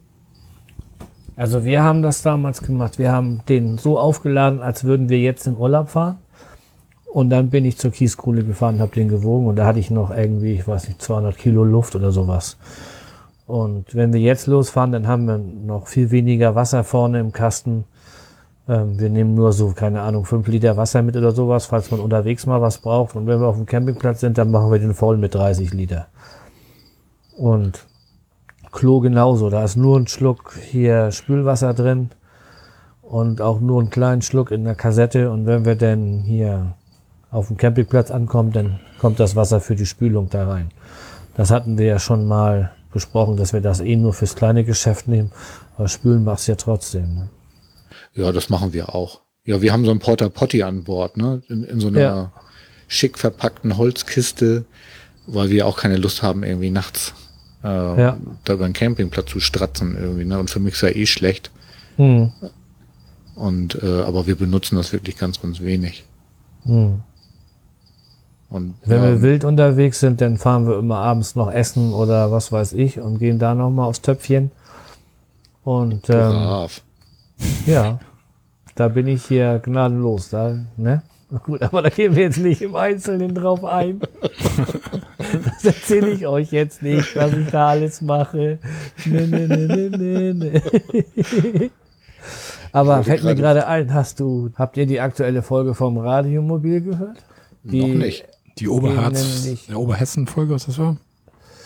Also wir haben das damals gemacht. Wir haben den so aufgeladen, als würden wir jetzt in Urlaub fahren. Und dann bin ich zur Kieskuhle gefahren und habe den gewogen. Und da hatte ich noch irgendwie, ich weiß nicht, zweihundert Kilo Luft oder sowas. Und wenn wir jetzt losfahren, dann haben wir noch viel weniger Wasser vorne im Kasten. Ähm, wir nehmen nur so, keine Ahnung, fünf Liter Wasser mit oder sowas, falls man unterwegs mal was braucht. Und wenn wir auf dem Campingplatz sind, dann machen wir den voll mit dreißig Liter. Und Klo genauso. Da ist nur ein Schluck hier Spülwasser drin. Und auch nur einen kleinen Schluck in der Kassette. Und wenn wir dann hier auf dem Campingplatz ankommen, dann kommt das Wasser für die Spülung da rein. Das hatten wir ja schon mal besprochen, dass wir das eh nur fürs kleine Geschäft nehmen. Aber spülen machst du ja trotzdem. Ne?
Ja, das machen wir auch. Ja, wir haben so ein Porta Potty an Bord, ne? In, in so einer ja. schick verpackten Holzkiste, weil wir auch keine Lust haben, irgendwie nachts äh, ja. da über den Campingplatz zu stratzen irgendwie, ne? Und für mich ist ja eh schlecht.
Hm.
Und äh, aber wir benutzen das wirklich ganz, ganz wenig.
Hm.
Und,
Wenn
ja,
wir wild unterwegs sind, dann fahren wir immer abends noch essen oder was weiß ich und gehen da nochmal aufs Töpfchen. Und ähm,
brav.
Ja, da bin ich hier gnadenlos. Da, ne? Gut, aber da gehen wir jetzt nicht im Einzelnen drauf ein. Das erzähle ich euch jetzt nicht, was ich da alles mache. Ne, ne, ne, ne, ne. Aber fällt mir gerade ein, hast du, habt ihr die aktuelle Folge vom Radiomobil gehört? Die,
noch nicht.
Die Oberharz, der Oberhessen-Folge, was das war?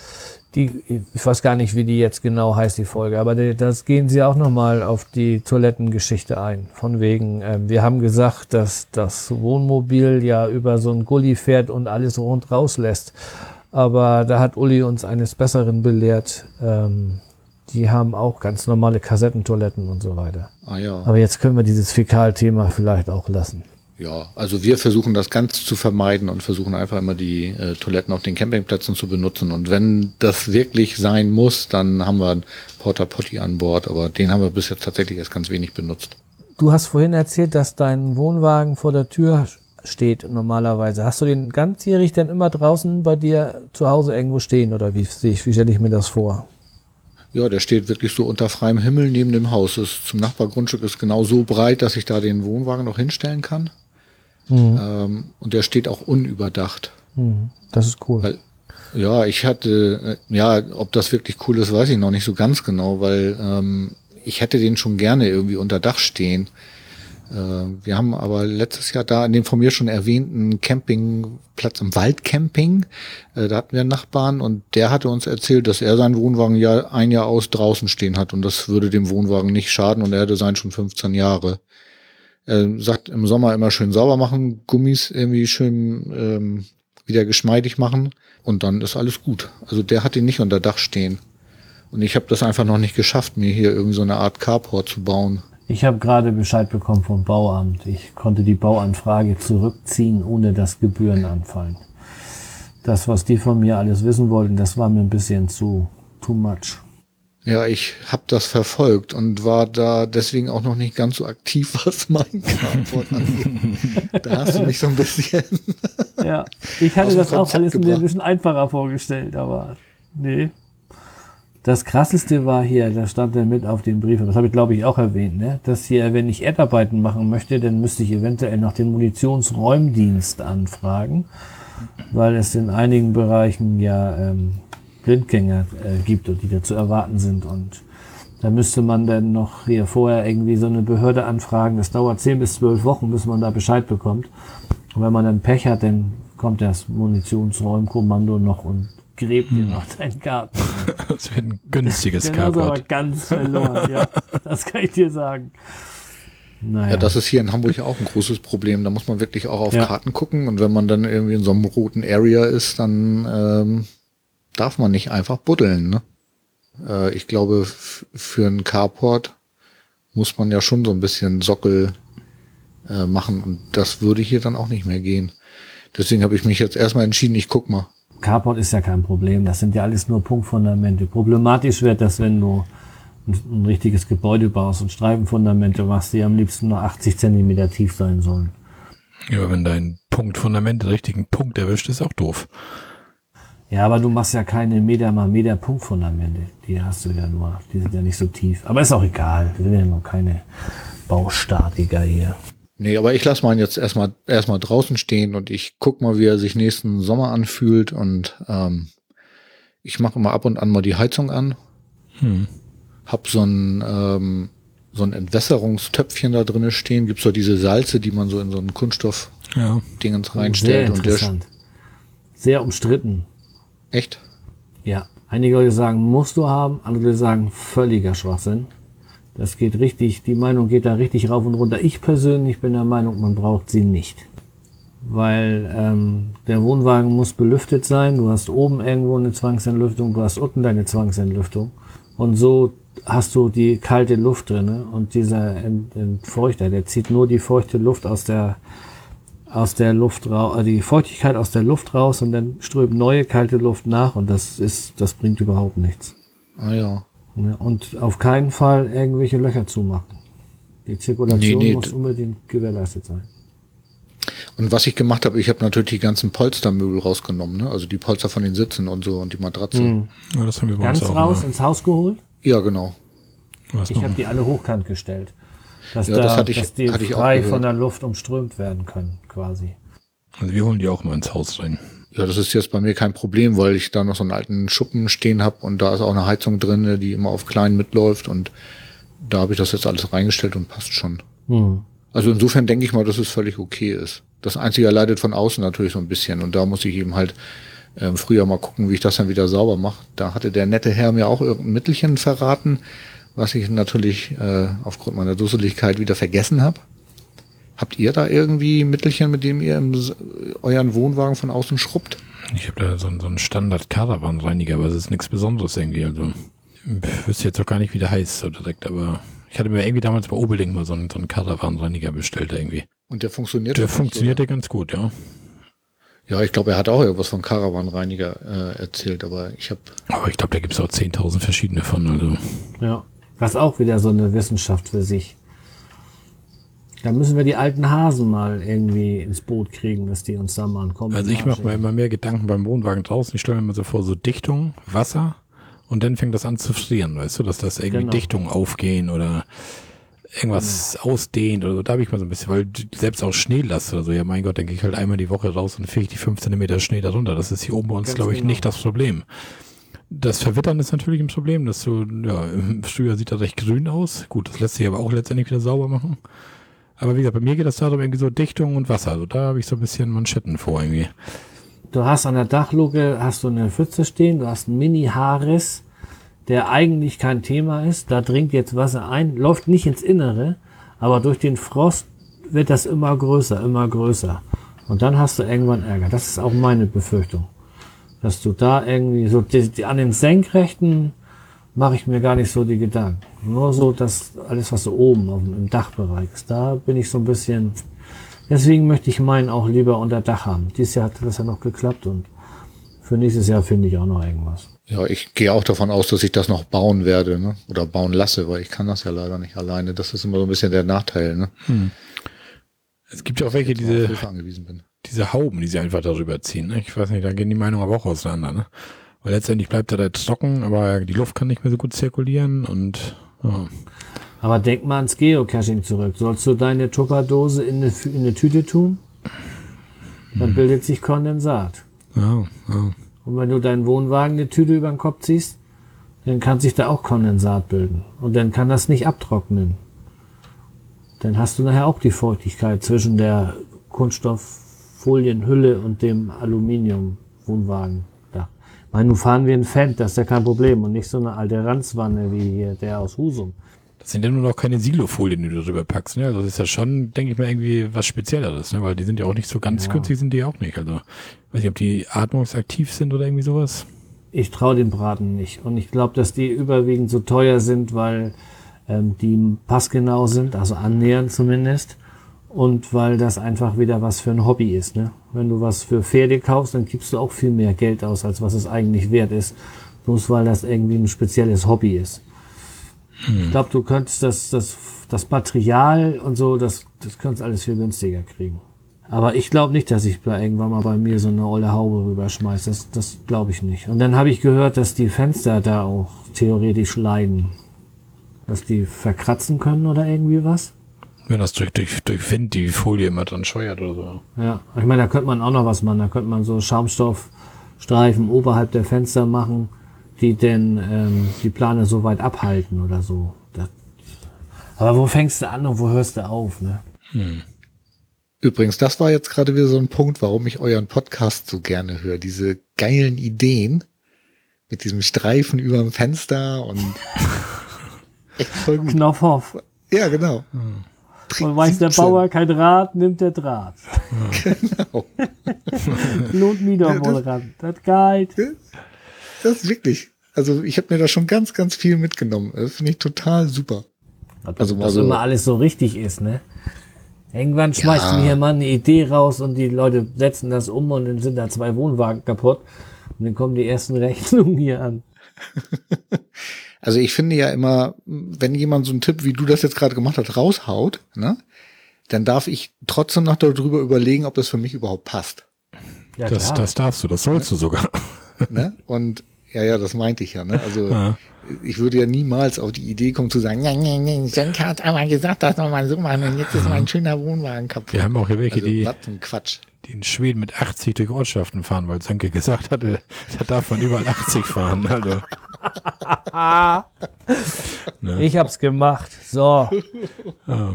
die, ich weiß gar nicht, wie die jetzt genau heißt, die Folge, aber die, das gehen sie auch nochmal auf die Toilettengeschichte ein. Von wegen, ähm, wir haben gesagt, dass das Wohnmobil ja über so ein Gully fährt und alles rund rauslässt. Aber da hat Uli uns eines Besseren belehrt. Ähm, die haben auch ganz normale Kassettentoiletten und so weiter.
Ah ja.
Aber jetzt können wir dieses Fäkalthema vielleicht auch lassen.
Ja, also wir versuchen das ganz zu vermeiden und versuchen einfach immer die äh, Toiletten auf den Campingplätzen zu benutzen. Und wenn das wirklich sein muss, dann haben wir einen Porta Potty an Bord, aber den haben wir bis jetzt tatsächlich erst ganz wenig benutzt. Du
hast vorhin erzählt, dass dein Wohnwagen vor der Tür steht normalerweise. Hast du den ganzjährig denn immer draußen bei dir zu Hause irgendwo stehen oder wie sehe ich, wie stelle ich mir das vor?
Ja, der steht wirklich so unter freiem Himmel neben dem Haus. Das zum Nachbargrundstück ist genau so breit, dass ich da den Wohnwagen noch hinstellen kann. Mhm. Ähm, und der steht auch unüberdacht.
Mhm. Das ist cool.
Weil, ja, ich hatte, äh, ja, ob das wirklich cool ist, weiß ich noch nicht so ganz genau, weil ähm, ich hätte den schon gerne irgendwie unter Dach stehen. Äh, wir haben aber letztes Jahr da in dem von mir schon erwähnten Campingplatz im Waldcamping, äh, da hatten wir einen Nachbarn und der hatte uns erzählt, dass er seinen Wohnwagen ja ein Jahr aus draußen stehen hat und das würde dem Wohnwagen nicht schaden und er hätte seinen schon fünfzehn Jahre. Er sagt, im Sommer immer schön sauber machen, Gummis irgendwie schön ähm, wieder geschmeidig machen und dann ist alles gut. Also der hat ihn nicht unter Dach stehen. Und ich habe das einfach noch nicht geschafft, mir hier irgendwie so eine Art Carport zu bauen.
Ich habe gerade Bescheid bekommen vom Bauamt. Ich konnte die Bauanfrage zurückziehen, ohne dass Gebühren anfallen. Das, was die von mir alles wissen wollten, das war mir ein bisschen zu too much.
Ja, ich habe das verfolgt und war da deswegen auch noch nicht ganz so aktiv, was mein Carport angeht. Da hast du mich so ein bisschen.
Ja, ich hatte das auch alles mir ein bisschen einfacher vorgestellt, aber nee. Das Krasseste war hier, da stand dann mit auf dem Brief, das habe ich glaube ich auch erwähnt, ne? Dass hier, wenn ich Erdarbeiten machen möchte, dann müsste ich eventuell noch den Munitionsräumdienst anfragen, weil es in einigen Bereichen ja ähm, Blindgänger äh, gibt und die da zu erwarten sind. Und da müsste man dann noch hier vorher irgendwie so eine Behörde anfragen. Das dauert zehn bis zwölf Wochen, bis man da Bescheid bekommt. Und wenn man dann Pech hat, dann kommt das Munitionsräumkommando noch und gräbt dir noch deinen Garten.
Das wird ein günstiges
Carport. Das ist aber
Carport.
ganz verloren, ja. Das kann ich dir sagen. Naja.
Ja, das ist hier in Hamburg ja auch ein großes Problem. Da muss man wirklich auch auf
ja.
Karten gucken. Und wenn man dann irgendwie in so einem roten Area ist, dann ähm, darf man nicht einfach buddeln. Ne? Äh, ich glaube, f- für einen Carport muss man ja schon so ein bisschen Sockel äh, machen. Und das würde hier dann auch nicht mehr gehen. Deswegen habe ich mich jetzt erstmal entschieden, ich guck mal.
Carport ist ja kein Problem. Das sind ja alles nur Punktfundamente. Problematisch wird das, wenn du ein, ein richtiges Gebäude baust und Streifenfundamente machst, die am liebsten nur achtzig Zentimeter tief sein sollen.
Ja, aber wenn dein Punktfundament den richtigen Punkt erwischt, ist auch doof.
Ja, aber du machst ja keine Meter mal Meter Punktfundamente. Die hast du ja nur. Die sind ja nicht so tief. Aber ist auch egal. Wir sind ja noch keine Baustatiker hier.
Nee, aber ich lasse meinen jetzt erstmal erstmal draußen stehen und ich guck mal, wie er sich nächsten Sommer anfühlt und ähm, ich mache immer ab und an mal die Heizung an.
Hm.
Hab so ein ähm, so ein Entwässerungstöpfchen da drinne stehen. Gibt's so diese Salze, die man so in so einen Kunststoff-Dingens
ja.
reinstellt.
Sehr interessant. Und der Sehr umstritten.
Echt?
Ja. Einige Leute sagen, musst du haben, andere sagen, völliger Schwachsinn. Das geht richtig, die Meinung geht da richtig rauf und runter. Ich persönlich bin der Meinung, man braucht sie nicht. Weil ähm, der Wohnwagen muss belüftet sein. Du hast oben irgendwo eine Zwangsentlüftung, du hast unten deine Zwangsentlüftung. Und so hast du die kalte Luft drinne. Und dieser Ent- Entfeuchter, der zieht nur die feuchte Luft aus der aus der Luft raus, die Feuchtigkeit aus der Luft raus und dann strömt neue kalte Luft nach und das ist, das bringt überhaupt nichts.
Ah ja.
Und auf keinen Fall irgendwelche Löcher zumachen. Die Zirkulation
nee, nee,
muss unbedingt gewährleistet sein.
Und was ich gemacht habe, ich habe natürlich die ganzen Polstermöbel rausgenommen, ne? Also die Polster von den Sitzen und so und die Matratze.
Mhm.
Ja, das haben wir bei
Ganz
uns auch.
raus
Immer.
ins Haus geholt?
Ja, genau.
Was
Ich
noch?
habe die alle hochkant gestellt. Dass,
Ja,
da,
das hatte ich-
dass die
hatte ich auch
frei
gehört.
von der Luft umströmt werden können, quasi.
Also wir holen die auch mal ins Haus rein.
Ja, das ist jetzt bei mir kein Problem, weil ich da noch so einen alten Schuppen stehen habe und da ist auch eine Heizung drin, die immer auf klein mitläuft und da habe ich das jetzt alles reingestellt und passt schon.
Hm.
Also insofern denke ich mal, dass es völlig okay ist. Das Einzige, er leidet von außen natürlich so ein bisschen und da muss ich eben halt ähm, früher mal gucken, wie ich das dann wieder sauber mache. Da hatte der nette Herr mir auch irgendein Mittelchen verraten, was ich natürlich äh, aufgrund meiner Dusseligkeit wieder vergessen habe. Habt ihr da irgendwie Mittelchen, mit dem ihr im, euren Wohnwagen von außen schrubbt?
Ich habe da so, so einen Standard-Caravan-Reiniger, aber es ist nichts Besonderes irgendwie. Also ich wüsste jetzt auch gar nicht, wie der heißt so direkt, aber ich hatte mir irgendwie damals bei Obeling mal so einen, so einen Caravan-Reiniger bestellt irgendwie.
Und der funktioniert?
Der funktioniert ja ganz gut, ja.
Ja, ich glaube, er hat auch irgendwas von Caravan-Reiniger äh, erzählt, aber ich habe...
Aber ich glaube, da gibt es auch zehntausend verschiedene von, also...
Ja, das ist auch wieder so eine Wissenschaft für sich. Da müssen wir die alten Hasen mal irgendwie ins Boot kriegen, dass die uns da mal ankommen.
Also ich mache mir immer mehr Gedanken beim Wohnwagen draußen. Ich stelle mir immer so vor, so Dichtung, Wasser und dann fängt das an zu frieren, weißt du, dass das irgendwie
Genau.
Dichtungen aufgehen oder irgendwas genau. ausdehnt oder so. Da habe ich mal so ein bisschen, weil selbst auch Schneelast oder so, ja mein Gott, dann gehe ich halt einmal die Woche raus und fege ich die fünf Zentimeter Schnee darunter. Das ist hier oben bei uns, glaube ich,
genau.
nicht das Problem. Das Verwittern ist natürlich ein Problem, dass du, ja, im Frühjahr sieht das recht grün aus. Gut, das lässt sich aber auch letztendlich wieder sauber machen. Aber wie gesagt, bei mir geht das darum, irgendwie so Dichtung und Wasser. Also da habe ich so ein bisschen Manschetten vor irgendwie.
Du hast an der Dachluke hast du eine Pfütze stehen, du hast einen Mini-Haarriss, der eigentlich kein Thema ist. Da dringt jetzt Wasser ein, läuft nicht ins Innere, aber durch den Frost wird das immer größer, immer größer. Und dann hast du irgendwann Ärger. Das ist auch meine Befürchtung. Dass du da irgendwie so, die, die, an dem Senkrechten mache ich mir gar nicht so die Gedanken. Nur so, dass alles, was so oben auf, im Dachbereich ist, da bin ich so ein bisschen, deswegen möchte ich meinen auch lieber unter Dach haben. Dieses Jahr hat das ja noch geklappt und für nächstes Jahr finde ich auch noch irgendwas.
Ja, ich gehe auch davon aus, dass ich das noch bauen werde, ne? Oder bauen lasse, weil ich kann das ja leider nicht alleine. Das ist immer so ein bisschen der Nachteil, ne?
Hm. Es gibt ja auch welche, diese,
angewiesen bin.
diese Hauben, die sie einfach darüber ziehen. Ne? Ich weiß nicht, da gehen die Meinungen aber auch auseinander. Ne? Weil letztendlich bleibt er da trocken, aber die Luft kann nicht mehr so gut zirkulieren und ja.
Aber denk mal ans Geocaching zurück. Sollst du deine Tupperdose in eine, in eine Tüte tun? Dann bildet sich Kondensat.
Ja, ja.
Und wenn du deinen Wohnwagen eine Tüte über den Kopf ziehst, dann kann sich da auch Kondensat bilden. Und dann kann das nicht abtrocknen. Dann hast du nachher auch die Feuchtigkeit zwischen der Kunststofffolienhülle und dem Aluminium-Wohnwagen. Da. Ich meine, nun fahren wir ein Fendt, das ist ja kein Problem. Und nicht so eine alte Ranzwanne wie hier der aus Husum.
Das sind ja nur noch keine Silofolien, die du drüber packst. Ne? Also das ist ja schon, denke ich mal, irgendwie was Spezielleres. Ne? Weil die sind ja auch nicht so ganz
Ja.
günstig, sind die auch nicht. Also weiß nicht, ob die atmungsaktiv sind oder irgendwie sowas.
Ich traue dem Braten nicht. Und ich glaube, dass die überwiegend so teuer sind, weil ähm, die passgenau sind, also annähernd zumindest. Und weil das einfach wieder was für ein Hobby ist. Ne? Wenn du was für Pferde kaufst, dann gibst du auch viel mehr Geld aus, als was es eigentlich wert ist. Bloß weil das irgendwie ein spezielles Hobby ist. Hm. Ich glaube, du könntest das, das, das Material und so, das, das könntest alles viel günstiger kriegen. Aber ich glaube nicht, dass ich da irgendwann mal bei mir so eine olle Haube rüberschmeiße. Das, das glaube ich nicht. Und dann habe ich gehört, dass die Fenster da auch theoretisch leiden. Dass die verkratzen können oder irgendwie was.
Wenn das durch, durch, durch Wind die Folie immer dran scheuert oder so.
Ja, ich meine, da könnte man auch noch was machen. Da könnte man so Schaumstoffstreifen oberhalb der Fenster machen, die denn ähm, die Plane so weit abhalten oder so. Das, aber wo fängst du an und wo hörst du auf, ne?
Hm.
Übrigens, das war jetzt gerade wieder so ein Punkt, warum ich euren Podcast so gerne höre. Diese geilen Ideen mit diesem Streifen über dem Fenster und echt voll gut.
Knopfhoff.
Ja, genau.
Hm. Und weiß der Bauer kein Rad, nimmt der Draht.
Genau.
Lohnt mich doch mal ran. Das geht.
Das ist wirklich, also ich habe mir da schon ganz, ganz viel mitgenommen. Das finde ich total super.
Also dass so immer alles so richtig ist, ne? Irgendwann schmeißt ja. mir hier mal eine Idee raus und die Leute setzen das um und dann sind da zwei Wohnwagen kaputt und dann kommen die ersten Rechnungen hier an.
Also ich finde ja immer, wenn jemand so einen Tipp, wie du das jetzt gerade gemacht hast, raushaut, ne, dann darf ich trotzdem noch darüber überlegen, ob das für mich überhaupt passt.
Ja, das, das darfst du, das sollst du sogar.
Ne? Und ja, ja, das meinte ich ja. Ne? Also ja. Ich würde ja niemals auf die Idee kommen zu sagen, ja, ja, ja, Senke hat einmal gesagt, das soll man so machen und jetzt ist mein schöner Wohnwagen kaputt.
Wir haben auch hier welche,
also,
die,
was ein Quatsch.
die in Schweden mit achtzig durch Ortschaften fahren, weil Senke gesagt hatte, da darf man überall achtzig fahren. Also.
Ne? Ich hab's gemacht. So.
Ja.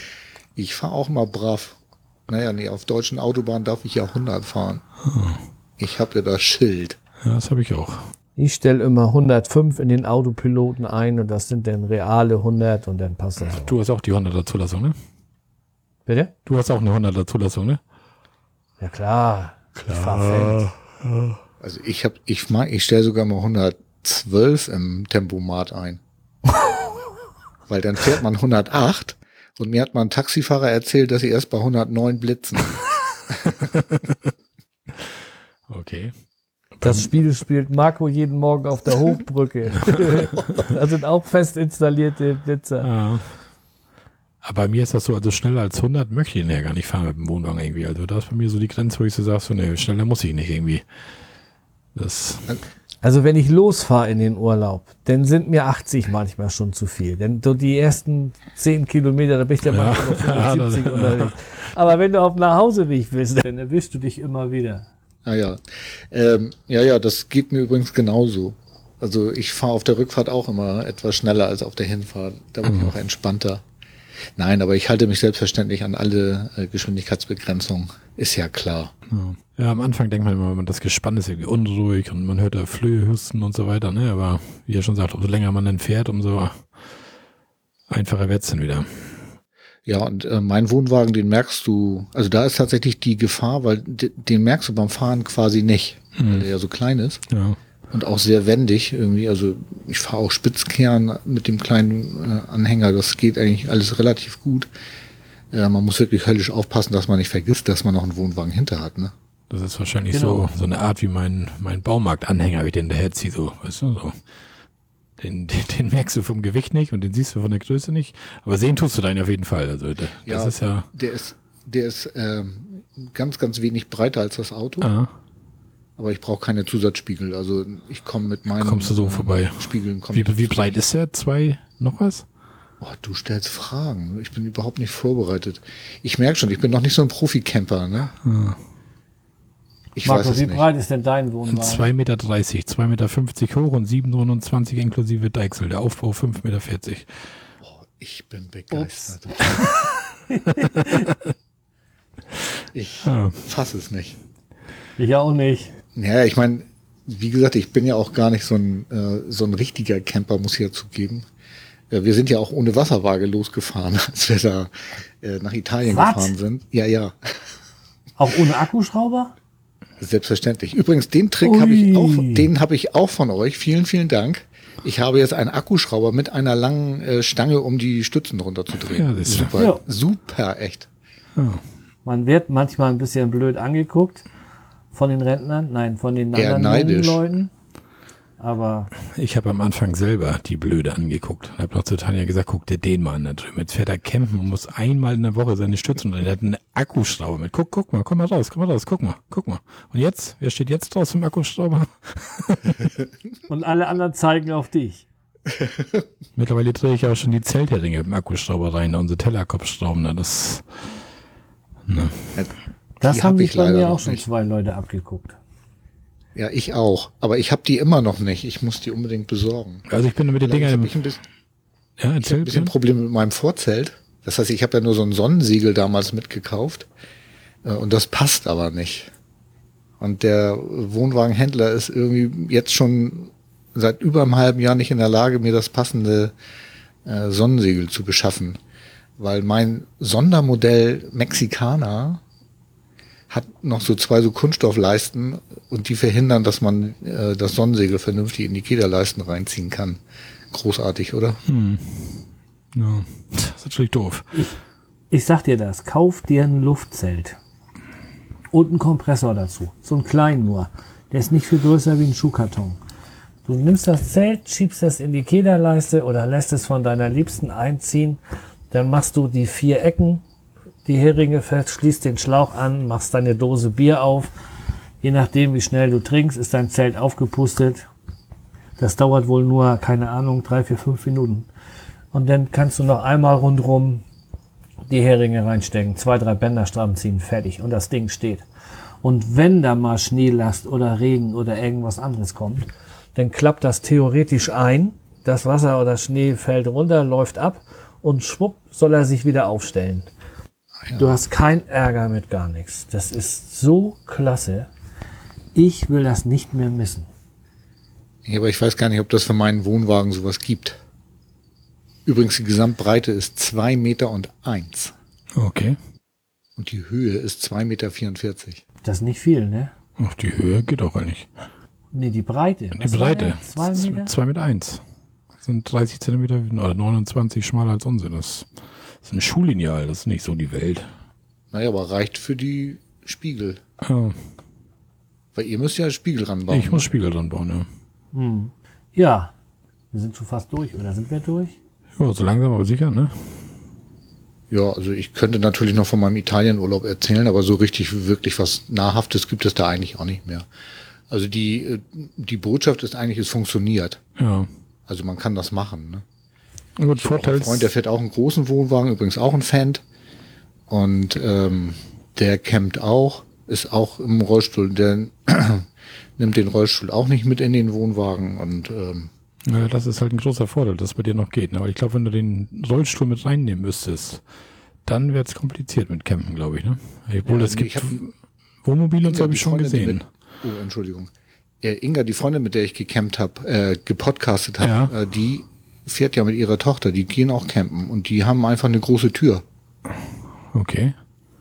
Ich fahre auch mal brav. Naja, nee, auf deutschen Autobahnen darf ich ja hundert fahren.
Hm.
Ich habe ja das Schild.
Ja, das habe ich auch.
Ich stelle immer hundertfünf in den Autopiloten ein und das sind dann reale hundert und dann passt das auch.
Du hast auch die hunderter Zulassung, ne?
Bitte?
Du hast auch eine hunderter Zulassung, ne?
Ja klar.
Klar.
Ich fahr Feld.
Also ich habe, ich mag, ich stelle sogar mal hundertzwölf im Tempomat ein. Weil dann fährt man hundertacht und mir hat mal ein Taxifahrer erzählt, dass sie erst bei hundertneun blitzen.
Okay.
Das Spiel spielt Marco jeden Morgen auf der Hochbrücke. Da sind auch fest installierte Blitzer.
Ja. Aber bei mir ist das so, also schneller als hundert möchte ich den ja gar nicht fahren mit dem Wohnwagen irgendwie. Also da ist bei mir so die Grenze, wo ich so sage, so, nee, schneller muss ich nicht irgendwie. Das.
Also wenn ich losfahre in den Urlaub, dann sind mir achtzig manchmal schon zu viel. Denn so die ersten zehn Kilometer, da bin ich ja mal
Ja.
fünfundsiebzig
Ja,
unterwegs. Aber wenn du auf Nachhauseweg bist, dann erwischst du dich immer wieder.
Ah ja. Ähm, ja, ja, das geht mir übrigens genauso. Also ich fahre auf der Rückfahrt auch immer etwas schneller als auf der Hinfahrt. Da bin
Mhm.
ich auch entspannter. Nein, aber ich halte mich selbstverständlich an alle äh, Geschwindigkeitsbegrenzungen. Ist ja klar.
Ja. ja, am Anfang denkt man immer, man das Gespann ist irgendwie unruhig und man hört da Flöhe husten und so weiter, ne? Aber wie er schon sagt, umso länger man dann fährt, umso einfacher wird's dann wieder.
Ja, und äh, mein Wohnwagen, den merkst du, also da ist tatsächlich die Gefahr, weil d- den merkst du beim Fahren quasi nicht,
Mhm.
weil der ja so klein ist
Ja.
und auch sehr wendig irgendwie. Also ich fahre auch Spitzkern mit dem kleinen äh, Anhänger, das geht eigentlich alles relativ gut. Äh, man muss wirklich höllisch aufpassen, dass man nicht vergisst, dass man noch einen Wohnwagen hinter hat, ne?
Das ist wahrscheinlich
Genau.
so, so eine Art wie mein, mein Baumarktanhänger, wie ich den daherziehe, so, weißt du, so. Den, den, den merkst du vom Gewicht nicht und den siehst du von der Größe nicht. Aber sehen tust du deinen auf jeden Fall. Also, das
Ja,
ist ja,
Der ist, der ist ähm, ganz, ganz wenig breiter als das Auto,
ah,
aber ich brauche keine Zusatzspiegel. Also ich komme mit meinen
Kommst du so
äh,
vorbei?
Spiegeln. komm
wie,
ich
wie
zu.
breit ist der? Zwei, noch was?
Oh, du stellst Fragen. Ich bin überhaupt nicht vorbereitet. Ich merke schon, ich bin noch nicht so ein Profi-Camper, ne?
Ah.
Ich weiß
Marco,
es
wie
nicht.
breit ist denn dein Wohnwagen?
zwei Meter dreißig, zwei Meter fünfzig hoch und sieben Komma neunundzwanzig inklusive Deichsel. Der Aufbau fünf Meter vierzig.
Oh, ich bin begeistert. ich
Ah.
fasse es nicht.
Ich auch nicht.
Ja, ich meine, wie gesagt, ich bin ja auch gar nicht so ein, äh, so ein richtiger Camper, muss ich ja zugeben. Äh, wir sind ja auch ohne Wasserwaage losgefahren, als wir da äh, nach Italien
Was?
gefahren sind. Ja, ja,
Auch ohne Akkuschrauber?
selbstverständlich. Übrigens, den Trick habe ich
Ui.
auch, den habe ich auch von euch. Vielen, vielen Dank. Ich habe jetzt einen Akkuschrauber mit einer langen äh, Stange, um die Stützen runterzudrehen.
Ja, das ist-
super,
Ja.
super, echt.
Man wird manchmal ein bisschen blöd angeguckt von den Rentnern, nein, von den
Eher
anderen jungen
neidisch.
Leuten. Aber
Ich habe am Anfang selber die Blöde angeguckt. Ich habe noch zu Tanja gesagt, guck dir den mal an da drüben. Jetzt fährt er campen und muss einmal in der Woche seine Stützen und er hat einen Akkuschrauber mit. Guck, guck mal, komm mal raus, komm mal raus, guck mal, guck mal. Und jetzt, wer steht jetzt draus im Akkuschrauber?
und alle anderen zeigen auf dich.
Mittlerweile drehe ich auch schon die Zeltheringe mit dem Akkuschrauber rein, unsere Tellerkopfschrauben. Da, das, ne.
Das
Die
haben
hab
sich
ich
bei
leider
mir auch
noch
schon
nicht.
zwei Leute abgeguckt.
Ja, ich auch. Aber ich habe die immer noch nicht. Ich muss die unbedingt besorgen.
Also ich bin mit den
Vielleicht
Dingern
habe
im,
ich ein bisschen,
ja,
ich hab
erzähl
ein bisschen
bitte.
Probleme mit meinem Vorzelt. Das heißt, ich habe ja nur so ein Sonnensiegel damals mitgekauft. Äh, Und das passt aber nicht. Und der Wohnwagenhändler ist irgendwie jetzt schon seit über einem halben Jahr nicht in der Lage, mir das passende äh, Sonnensiegel zu beschaffen. Weil mein Sondermodell Mexikaner hat noch so zwei so Kunststoffleisten und die verhindern, dass man äh, das Sonnensegel vernünftig in die Kederleisten reinziehen kann. Großartig, oder?
Ja, das ist natürlich doof.
Ich sag dir das, kauf dir ein Luftzelt. Und einen Kompressor dazu. So einen kleinen nur. Der ist nicht viel größer wie ein Schuhkarton. Du nimmst das Zelt, schiebst es in die Kederleiste oder lässt es von deiner Liebsten einziehen. Dann machst du die vier Ecken, die Heringe fest, schließt den Schlauch an, machst deine Dose Bier auf. Je nachdem, wie schnell du trinkst, ist dein Zelt aufgepustet. Das dauert wohl nur, keine Ahnung, drei, vier, fünf Minuten. Und dann kannst du noch einmal rundrum die Heringe reinstecken, zwei, drei Bänder stramm ziehen, fertig. Und das Ding steht. Und wenn da mal Schneelast oder Regen oder irgendwas anderes kommt, dann klappt das theoretisch ein. Das Wasser oder Schnee fällt runter, läuft ab und schwupp soll er sich wieder aufstellen.
Ja.
Du hast keinen Ärger mit gar nichts. Das ist so klasse. Ich will das nicht mehr missen.
Ja, aber ich weiß gar nicht, ob das für meinen Wohnwagen sowas gibt. Übrigens, die Gesamtbreite ist zwei Meter und eins.
Okay.
Und die Höhe ist zwei Meter vierundvierzig.
Das ist nicht viel, ne?
Ach, die Höhe geht auch eigentlich.
Nee, die Breite.
Die Breite.
Zwei Meter?
Zwei Meter eins. Das sind dreißig Zentimeter oder neunundzwanzig schmaler als unsere. Das ist ein Schullineal, das ist nicht so die Welt.
Naja, aber reicht für die Spiegel.
Ja,
Weil ihr müsst ja Spiegel ranbauen.
ich muss Spiegel dran bauen, ja.
Hm. Ja, wir sind schon fast durch, oder sind wir durch?
Ja, so langsam aber sicher, ne?
Ja, also ich könnte natürlich noch von meinem Italienurlaub erzählen, aber so richtig wirklich was Nahrhaftes gibt es da eigentlich auch nicht mehr. Also die die Botschaft ist eigentlich, es funktioniert.
Ja.
Also man kann das machen. Ne?
Na gut,
Ich habe auch
Vorteil
einen Freund, der fährt auch einen großen Wohnwagen, übrigens auch ein Fan. Und ähm, der campt auch, ist auch im Rollstuhl. Der nimmt den Rollstuhl auch nicht mit in den Wohnwagen. Und ähm,
ja, das ist halt ein großer Vorteil, dass es bei dir noch geht. Ne? Aber ich glaube, wenn du den Rollstuhl mit reinnehmen müsstest, dann wird es kompliziert mit Campen, glaube ich. Ne? Obwohl,
Ja,
es
nee,
gibt
ich hab-
Wohnmobile und so
Inga,
habe
die
ich schon
Freundin, die
gesehen.
Mit, oh, Entschuldigung. Ja, Inga, die Freundin, mit der ich gecampt habe, äh, gepodcastet habe,
Ja.
äh, die fährt ja mit ihrer Tochter, die gehen auch campen und die haben einfach eine große Tür.
Okay.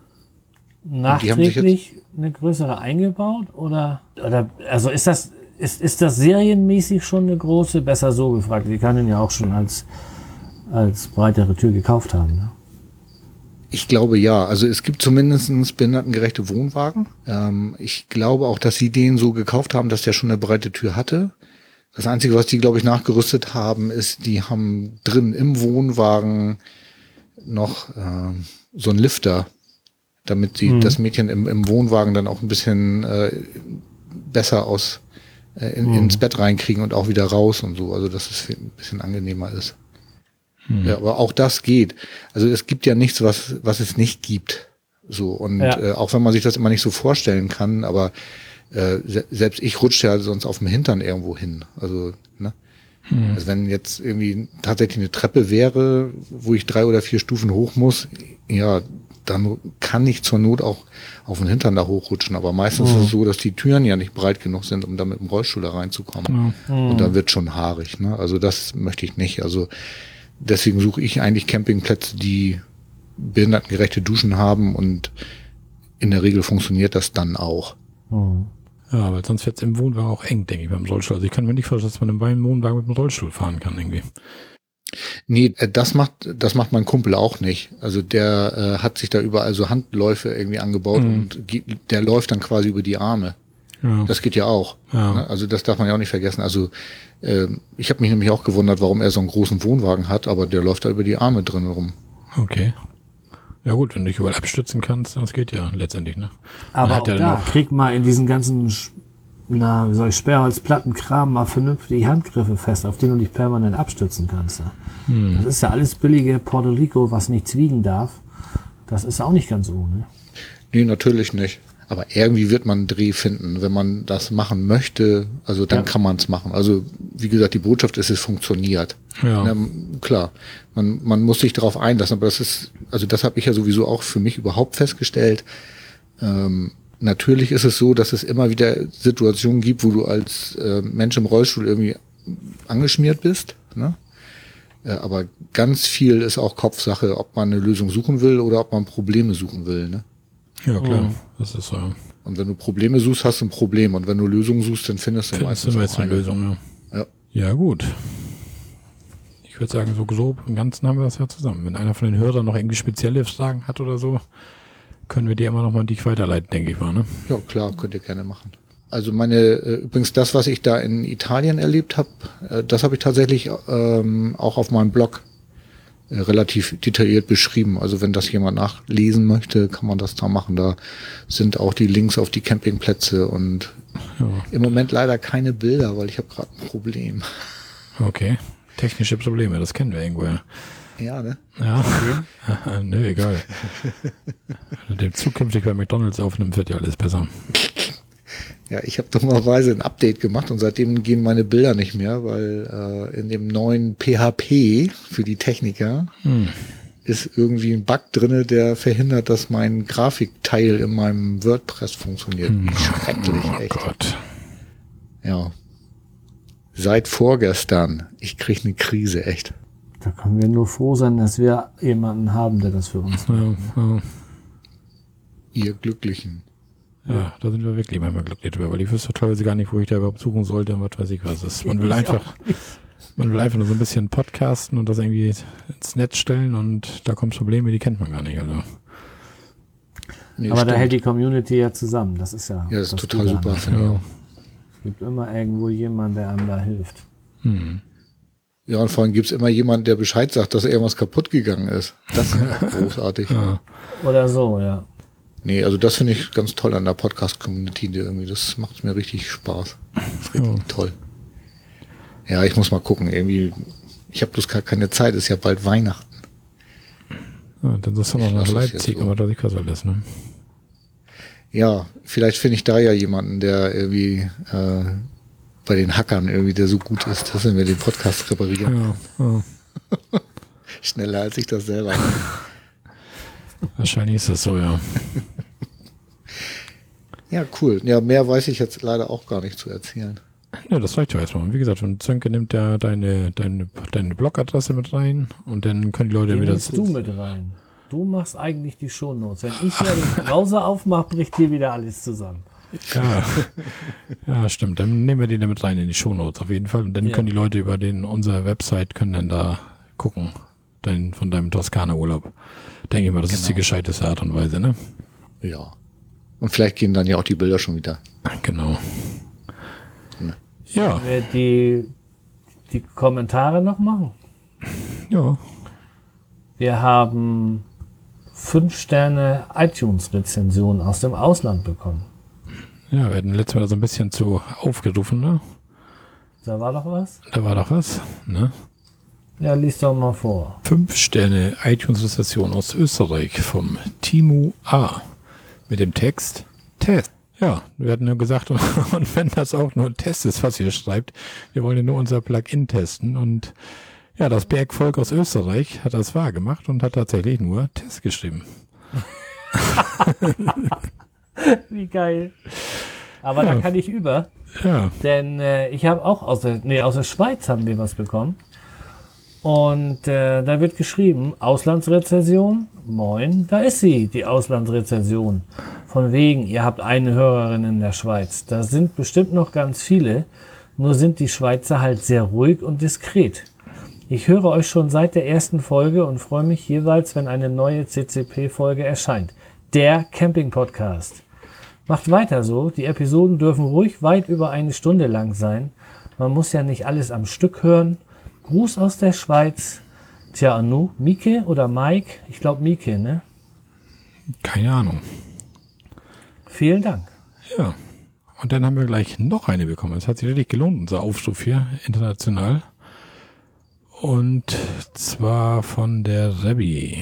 die haben sich
Nachträglich eine größere eingebaut? Oder, oder also ist das, ist, ist das serienmäßig schon eine große? Besser so gefragt. Die kann ihn ja auch schon als, als breitere Tür gekauft haben. Ne?
Ich glaube ja. Also es gibt zumindest behindertengerechte Wohnwagen. Ähm, ich glaube auch, dass sie den so gekauft haben, dass der schon eine breite Tür hatte. Das Einzige, was die, glaube ich, nachgerüstet haben, ist, die haben drin im Wohnwagen noch ähm, so einen Lifter, damit sie
Mhm.
das Mädchen im, im Wohnwagen dann auch ein bisschen äh, besser aus äh, in,
Mhm.
ins Bett reinkriegen und auch wieder raus und so. Also dass es ein bisschen angenehmer ist. Ja, aber auch das geht. Also es gibt ja nichts, was was es nicht gibt. So und
Ja.
äh, auch wenn man sich das immer nicht so vorstellen kann, aber äh, se selbst ich rutsche ja sonst auf dem Hintern irgendwo hin. Also ne? Also wenn jetzt irgendwie tatsächlich eine Treppe wäre, wo ich drei oder vier Stufen hoch muss, ja, dann kann ich zur Not auch auf den Hintern da hochrutschen. Aber meistens ist es so, dass die Türen ja nicht breit genug sind, um da mit dem Rollstuhl da reinzukommen. Und dann wird schon haarig. Ne? Also das möchte ich nicht. Also deswegen suche ich eigentlich Campingplätze, die behindertengerechte Duschen haben und in der Regel funktioniert das dann auch.
Mhm.
Ja, weil sonst wird es im Wohnwagen auch eng, denke ich, beim Rollstuhl. Also ich kann mir nicht vorstellen, dass man im Wohnwagen mit dem Rollstuhl fahren kann, irgendwie.
Nee, äh, das macht, das macht mein Kumpel auch nicht. Also der äh, hat sich da überall so Handläufe irgendwie angebaut
Mhm.
und ge- der läuft dann quasi über die Arme.
Ja.
Das geht ja auch.
Ja.
Ne? Also das darf man ja auch nicht vergessen. Also äh, ich habe mich nämlich auch gewundert, warum er so einen großen Wohnwagen hat, aber der läuft da über die Arme drin rum.
Okay. Ja gut, wenn du dich überall abstützen kannst, das geht ja letztendlich, ne?
Aber
hat
auch
er
da,
noch-
kriegt mal in diesen ganzen, Sch- na, wie soll ich, Sperrholzplattenkram mal vernünftig Handgriffe fest, auf denen du dich permanent abstützen kannst. Ne?
Hm.
Das ist ja alles billige Puerto Rico, was nichts wiegen darf. Das ist auch nicht ganz ohne.
Nee, natürlich nicht. Aber irgendwie wird man einen Dreh finden, wenn man das machen möchte. Also dann
Ja.
kann man es machen. Also wie gesagt, die Botschaft ist, es funktioniert.
Ja.
Na, klar, man, man muss sich darauf einlassen, aber das ist, also das habe ich ja sowieso auch für mich überhaupt festgestellt. Ähm, natürlich ist es so, dass es immer wieder Situationen gibt, wo du als äh, Mensch im Rollstuhl irgendwie angeschmiert bist. Ne? Äh, aber ganz viel ist auch Kopfsache, ob man eine Lösung suchen will oder ob man Probleme suchen will. Ne?
Ja, klar.
Mhm.
Das ist so.
Und wenn du Probleme suchst, hast du ein Problem. Und wenn du Lösungen suchst, dann findest du
Findest
meistens
du
auch
jetzt eine
eine.
Lösung, ja.
Ja.
Ja, gut. Ich würde sagen, so grob im Ganzen haben wir das ja zusammen. Wenn einer von den Hörern noch irgendwie spezielle Fragen hat oder so, können wir die immer noch mal an dich weiterleiten, denke ich mal, ne?
Ja, klar, könnt ihr gerne machen. Also meine, äh, übrigens das, was ich da in Italien erlebt habe, äh, das habe ich tatsächlich ähm, auch auf meinem Blog äh, relativ detailliert beschrieben. Also wenn das jemand nachlesen möchte, kann man das da machen. Da sind auch die Links auf die Campingplätze und
Ja.
im Moment leider keine Bilder, weil ich habe gerade ein Problem.
Okay. Technische Probleme, das kennen wir irgendwoher.
Ja, ne?
Ja. Nö, egal. Wenn du dem zukünftig bei McDonalds aufnimmt, wird ja alles besser.
Ja, ich habe dummerweise ein Update gemacht und seitdem gehen meine Bilder nicht mehr, weil äh, in dem neuen P H P für die Techniker
Hm.
ist irgendwie ein Bug drinne, der verhindert, dass mein Grafikteil in meinem WordPress funktioniert.
Hm.
Schrecklich,
Oh
echt.
Gott.
Ja. Seit vorgestern. Ich kriege eine Krise, echt.
Da können wir nur froh sein, dass wir jemanden haben, der das für uns macht.
Ja, ja.
Ihr Glücklichen.
Ja, da sind wir wirklich manchmal glücklich drüber, weil ich wüsste teilweise gar nicht, wo ich da überhaupt suchen sollte und was weiß ich was. Das, man will einfach, man will einfach nur so ein bisschen podcasten und das irgendwie ins Netz stellen und da kommen Probleme, die kennt man gar nicht. Also.
Nee,
Aber
stimmt.
da hält die Community ja zusammen. Das ist ja.
Ja, das ist
das
total
Gute
super,
daran.
finde ich
Ja.
auch.
Es gibt immer irgendwo jemanden, der einem da hilft.
Hm.
Ja, und vor allem gibt's immer jemanden, der Bescheid sagt, dass irgendwas kaputt gegangen ist. Das ist auch großartig.
Ja.
Oder so, ja.
Nee, also das finde ich ganz toll an der Podcast-Community. die irgendwie. Das macht mir richtig Spaß. Das ist richtig
Ja.
toll. Ja, ich muss mal gucken. Irgendwie, ich habe bloß gar keine Zeit. Ist ja bald Weihnachten.
Ja, dann ist er noch
Ich
nach
lass es
Leipzig,
jetzt so.
aber da ich was alles, ne?
Ja, vielleicht finde ich da ja jemanden, der irgendwie äh, bei den Hackern irgendwie, der so gut ist, dass er mir den Podcast reparieren.
Ja, ja.
Schneller als ich das selber.
Wahrscheinlich ist das so, ja.
Ja, cool. Ja, mehr weiß ich jetzt leider auch gar nicht zu erzählen.
Ja, das reicht ja erstmal. Und wie gesagt, und Sönke nimmt ja deine, deine, deine Blogadresse mit rein und dann können die Leute
Den
wieder...
nimmst du mit rein. Du machst eigentlich die Shownotes. Wenn ich hier den Browser aufmache, bricht hier wieder alles zusammen.
Ja. Ja, stimmt. Dann nehmen wir die damit rein in die Shownotes auf jeden Fall. Und dann
Ja.
können die Leute über den, unsere Website können dann da gucken. Dein, von deinem Toskana-Urlaub. Denke ich mal, das ist die
Genau.
gescheiteste Art und Weise, ne?
Ja. Und vielleicht gehen dann ja auch die Bilder schon wieder.
Genau. Ja,
Wer die, die Kommentare noch machen.
ja.
Wir haben fünf Sterne iTunes-Rezensionen aus dem Ausland bekommen.
Ja, wir hatten letztes Mal so ein bisschen zu aufgerufen, ne?
Da war doch was?
Da war doch was, ne?
Ja, lies doch mal vor.
Fünf Sterne iTunes-Rezension aus Österreich vom Timo A. Mit dem Text Test. Ja, wir hatten nur gesagt, und wenn das auch nur ein Test ist, was ihr schreibt, wir wollen ja nur unser Plugin testen. Und ja, das Bergvolk aus Österreich hat das wahr gemacht und hat tatsächlich nur Test geschrieben.
Wie geil. Aber
Ja.
da kann ich über,
Ja,
denn äh, ich habe auch aus der, nee, aus der Schweiz haben wir was bekommen. Und äh, da wird geschrieben, Auslandsrezension, moin, da ist sie, die Auslandsrezension. Von wegen, ihr habt eine Hörerin in der Schweiz. Da sind bestimmt noch ganz viele, nur sind die Schweizer halt sehr ruhig und diskret. Ich höre euch schon seit der ersten Folge und freue mich jeweils, wenn eine neue C C P-Folge erscheint. Der Camping-Podcast. Macht weiter so, die Episoden dürfen ruhig weit über eine Stunde lang sein. Man muss ja nicht alles am Stück hören. Gruß aus der Schweiz. Tja, Anu, Mieke oder Mike? Ich glaube Mieke, ne?
keine Ahnung.
Vielen Dank.
Ja, und dann haben wir gleich noch eine bekommen. Es hat sich richtig gelohnt, unser Aufruf hier, international. Und zwar von der Rebbi.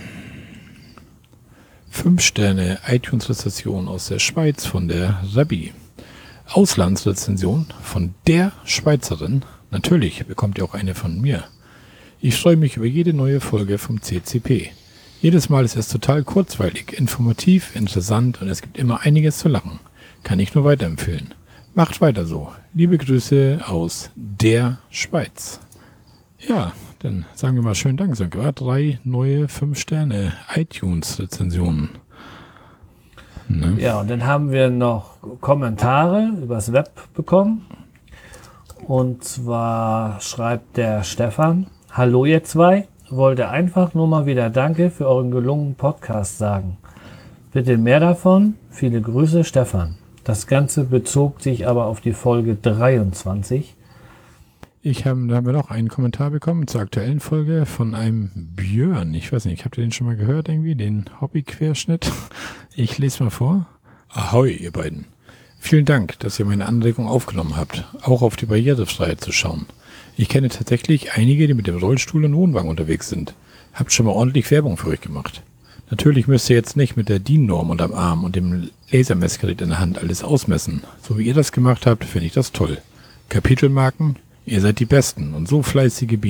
Fünf Sterne iTunes-Rezension aus der Schweiz von der Rebbi. Auslandsrezension von der Schweizerin. Natürlich bekommt ihr auch eine von mir. Ich freue mich über jede neue Folge vom C C P. Jedes Mal ist es total kurzweilig, informativ, interessant und es gibt immer einiges zu lachen. Kann ich nur weiterempfehlen. Macht weiter so. Liebe Grüße aus der Schweiz. Ja, dann sagen wir mal schönen Dank, Sönke. Drei neue fünf Sterne iTunes-Rezensionen. Ne?
Ja, und dann haben wir noch Kommentare übers Web bekommen. Und zwar schreibt der Stefan, hallo ihr zwei, wollte einfach nur mal wieder Danke für euren gelungenen Podcast sagen. Bitte mehr davon. Viele Grüße, Stefan. Das Ganze bezog sich aber auf die Folge dreiundzwanzig.
Ich habe, da haben wir noch einen Kommentar bekommen zur aktuellen Folge von einem Björn. Ich weiß nicht, habt ihr den schon mal gehört irgendwie? Den Hobby-Querschnitt? Ich lese mal vor. Ahoi, ihr beiden. Vielen Dank, dass ihr meine Anregung aufgenommen habt, auch auf die Barrierefreiheit zu schauen. Ich kenne tatsächlich einige, die mit dem Rollstuhl und Wohnwagen unterwegs sind. Habt schon mal ordentlich Werbung für euch gemacht. Natürlich müsst ihr jetzt nicht mit der D I N-Norm unterm Arm und dem Lasermessgerät in der Hand alles ausmessen. So wie ihr das gemacht habt, finde ich das toll. Kapitelmarken, ihr seid die Besten und so fleißige Bienen.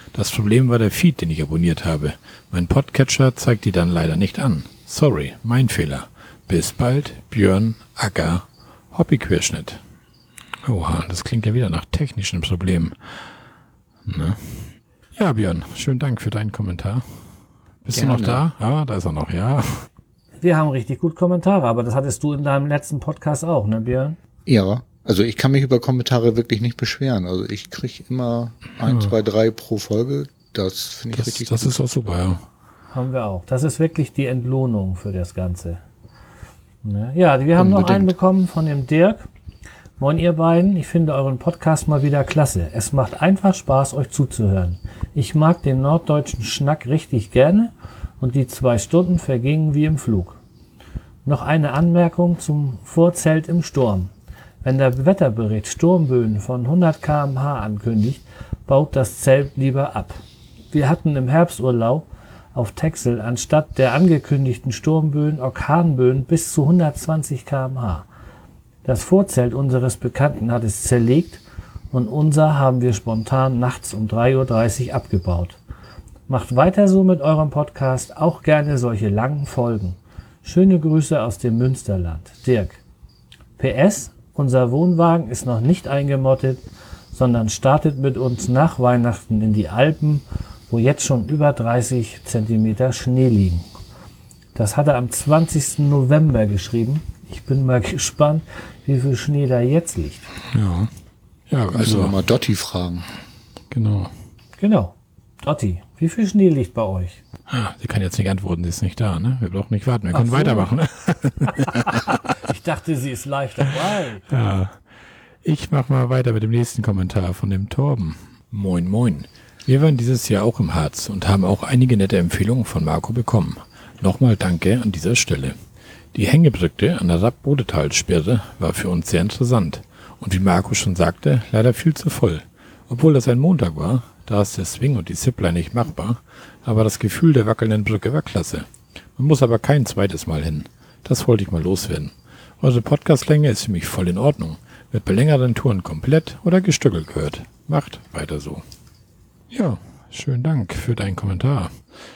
Das Problem war der Feed, den ich abonniert habe. Mein Podcatcher zeigt die dann leider nicht an. Sorry, mein Fehler. Bis bald, Björn Acker, Hobbyquerschnitt. Oha, das klingt ja wieder nach technischen Problemen. Ne? Ja, Björn, schönen Dank für deinen Kommentar. Bist
Gerne.
du noch da? Ja, da ist er noch, ja.
Wir haben richtig gut Kommentare, aber das hattest du in deinem letzten Podcast auch, ne, Björn?
Ja, also ich kann mich über Kommentare wirklich nicht beschweren. Also ich kriege immer ein,
Ja.
zwei, drei pro Folge. Das finde ich
Das,
richtig
das
gut.
ist auch super, ja.
Haben wir auch. Das ist wirklich die Entlohnung für das Ganze. Ne? Ja, wir haben noch
Unbedingt.
einen bekommen von dem Dirk. Moin ihr beiden, ich finde euren Podcast mal wieder klasse. Es macht einfach Spaß, euch zuzuhören. Ich mag den norddeutschen Schnack richtig gerne und die zwei Stunden vergingen wie im Flug. Noch eine Anmerkung zum Vorzelt im Sturm. Wenn der Wetterbericht Sturmböen von hundert Kilometer pro Stunde ankündigt, baut das Zelt lieber ab. Wir hatten im Herbsturlaub auf Texel anstatt der angekündigten Sturmböen Orkanböen bis zu hundertzwanzig Kilometer pro Stunde. Das Vorzelt unseres Bekannten hat es zerlegt und unser haben wir spontan nachts um drei Uhr dreißig abgebaut. Macht weiter so mit eurem Podcast, auch gerne solche langen Folgen. Schöne Grüße aus dem Münsterland. Dirk. P S. Unser Wohnwagen ist noch nicht eingemottet, sondern startet mit uns nach Weihnachten in die Alpen, wo jetzt schon über dreißig Zentimeter Schnee liegen. Das hat er am zwanzigsten November geschrieben. Ich bin mal gespannt, wie viel Schnee da jetzt liegt.
Ja, ja,
Also
also,
mal Dotti fragen.
genau.
Genau. Dotti, wie viel Schnee liegt bei euch?
Ah, sie kann jetzt nicht antworten, sie ist nicht da, ne? Wir brauchen nicht warten, wir
Ach
können
so.
weitermachen, ne?
Ich dachte, sie ist live dabei.
Ja. Ich mach mal weiter mit dem nächsten Kommentar von dem Torben. Moin, moin. Wir waren dieses Jahr auch im Harz und haben auch einige nette Empfehlungen von Marco bekommen. Nochmal danke an dieser Stelle. Die Hängebrücke an der Rapp-Bodetalsperre war für uns sehr interessant. Und wie Marco schon sagte, leider viel zu voll. Obwohl das ein Montag war, da ist der Swing und die Zipline nicht machbar, aber das Gefühl der wackelnden Brücke war klasse. Man muss aber kein zweites Mal hin. Das wollte ich mal loswerden. Eure Podcastlänge ist für mich voll in Ordnung. Wird bei längeren Touren komplett oder gestückelt gehört. Macht weiter so. Ja, schönen Dank für deinen Kommentar.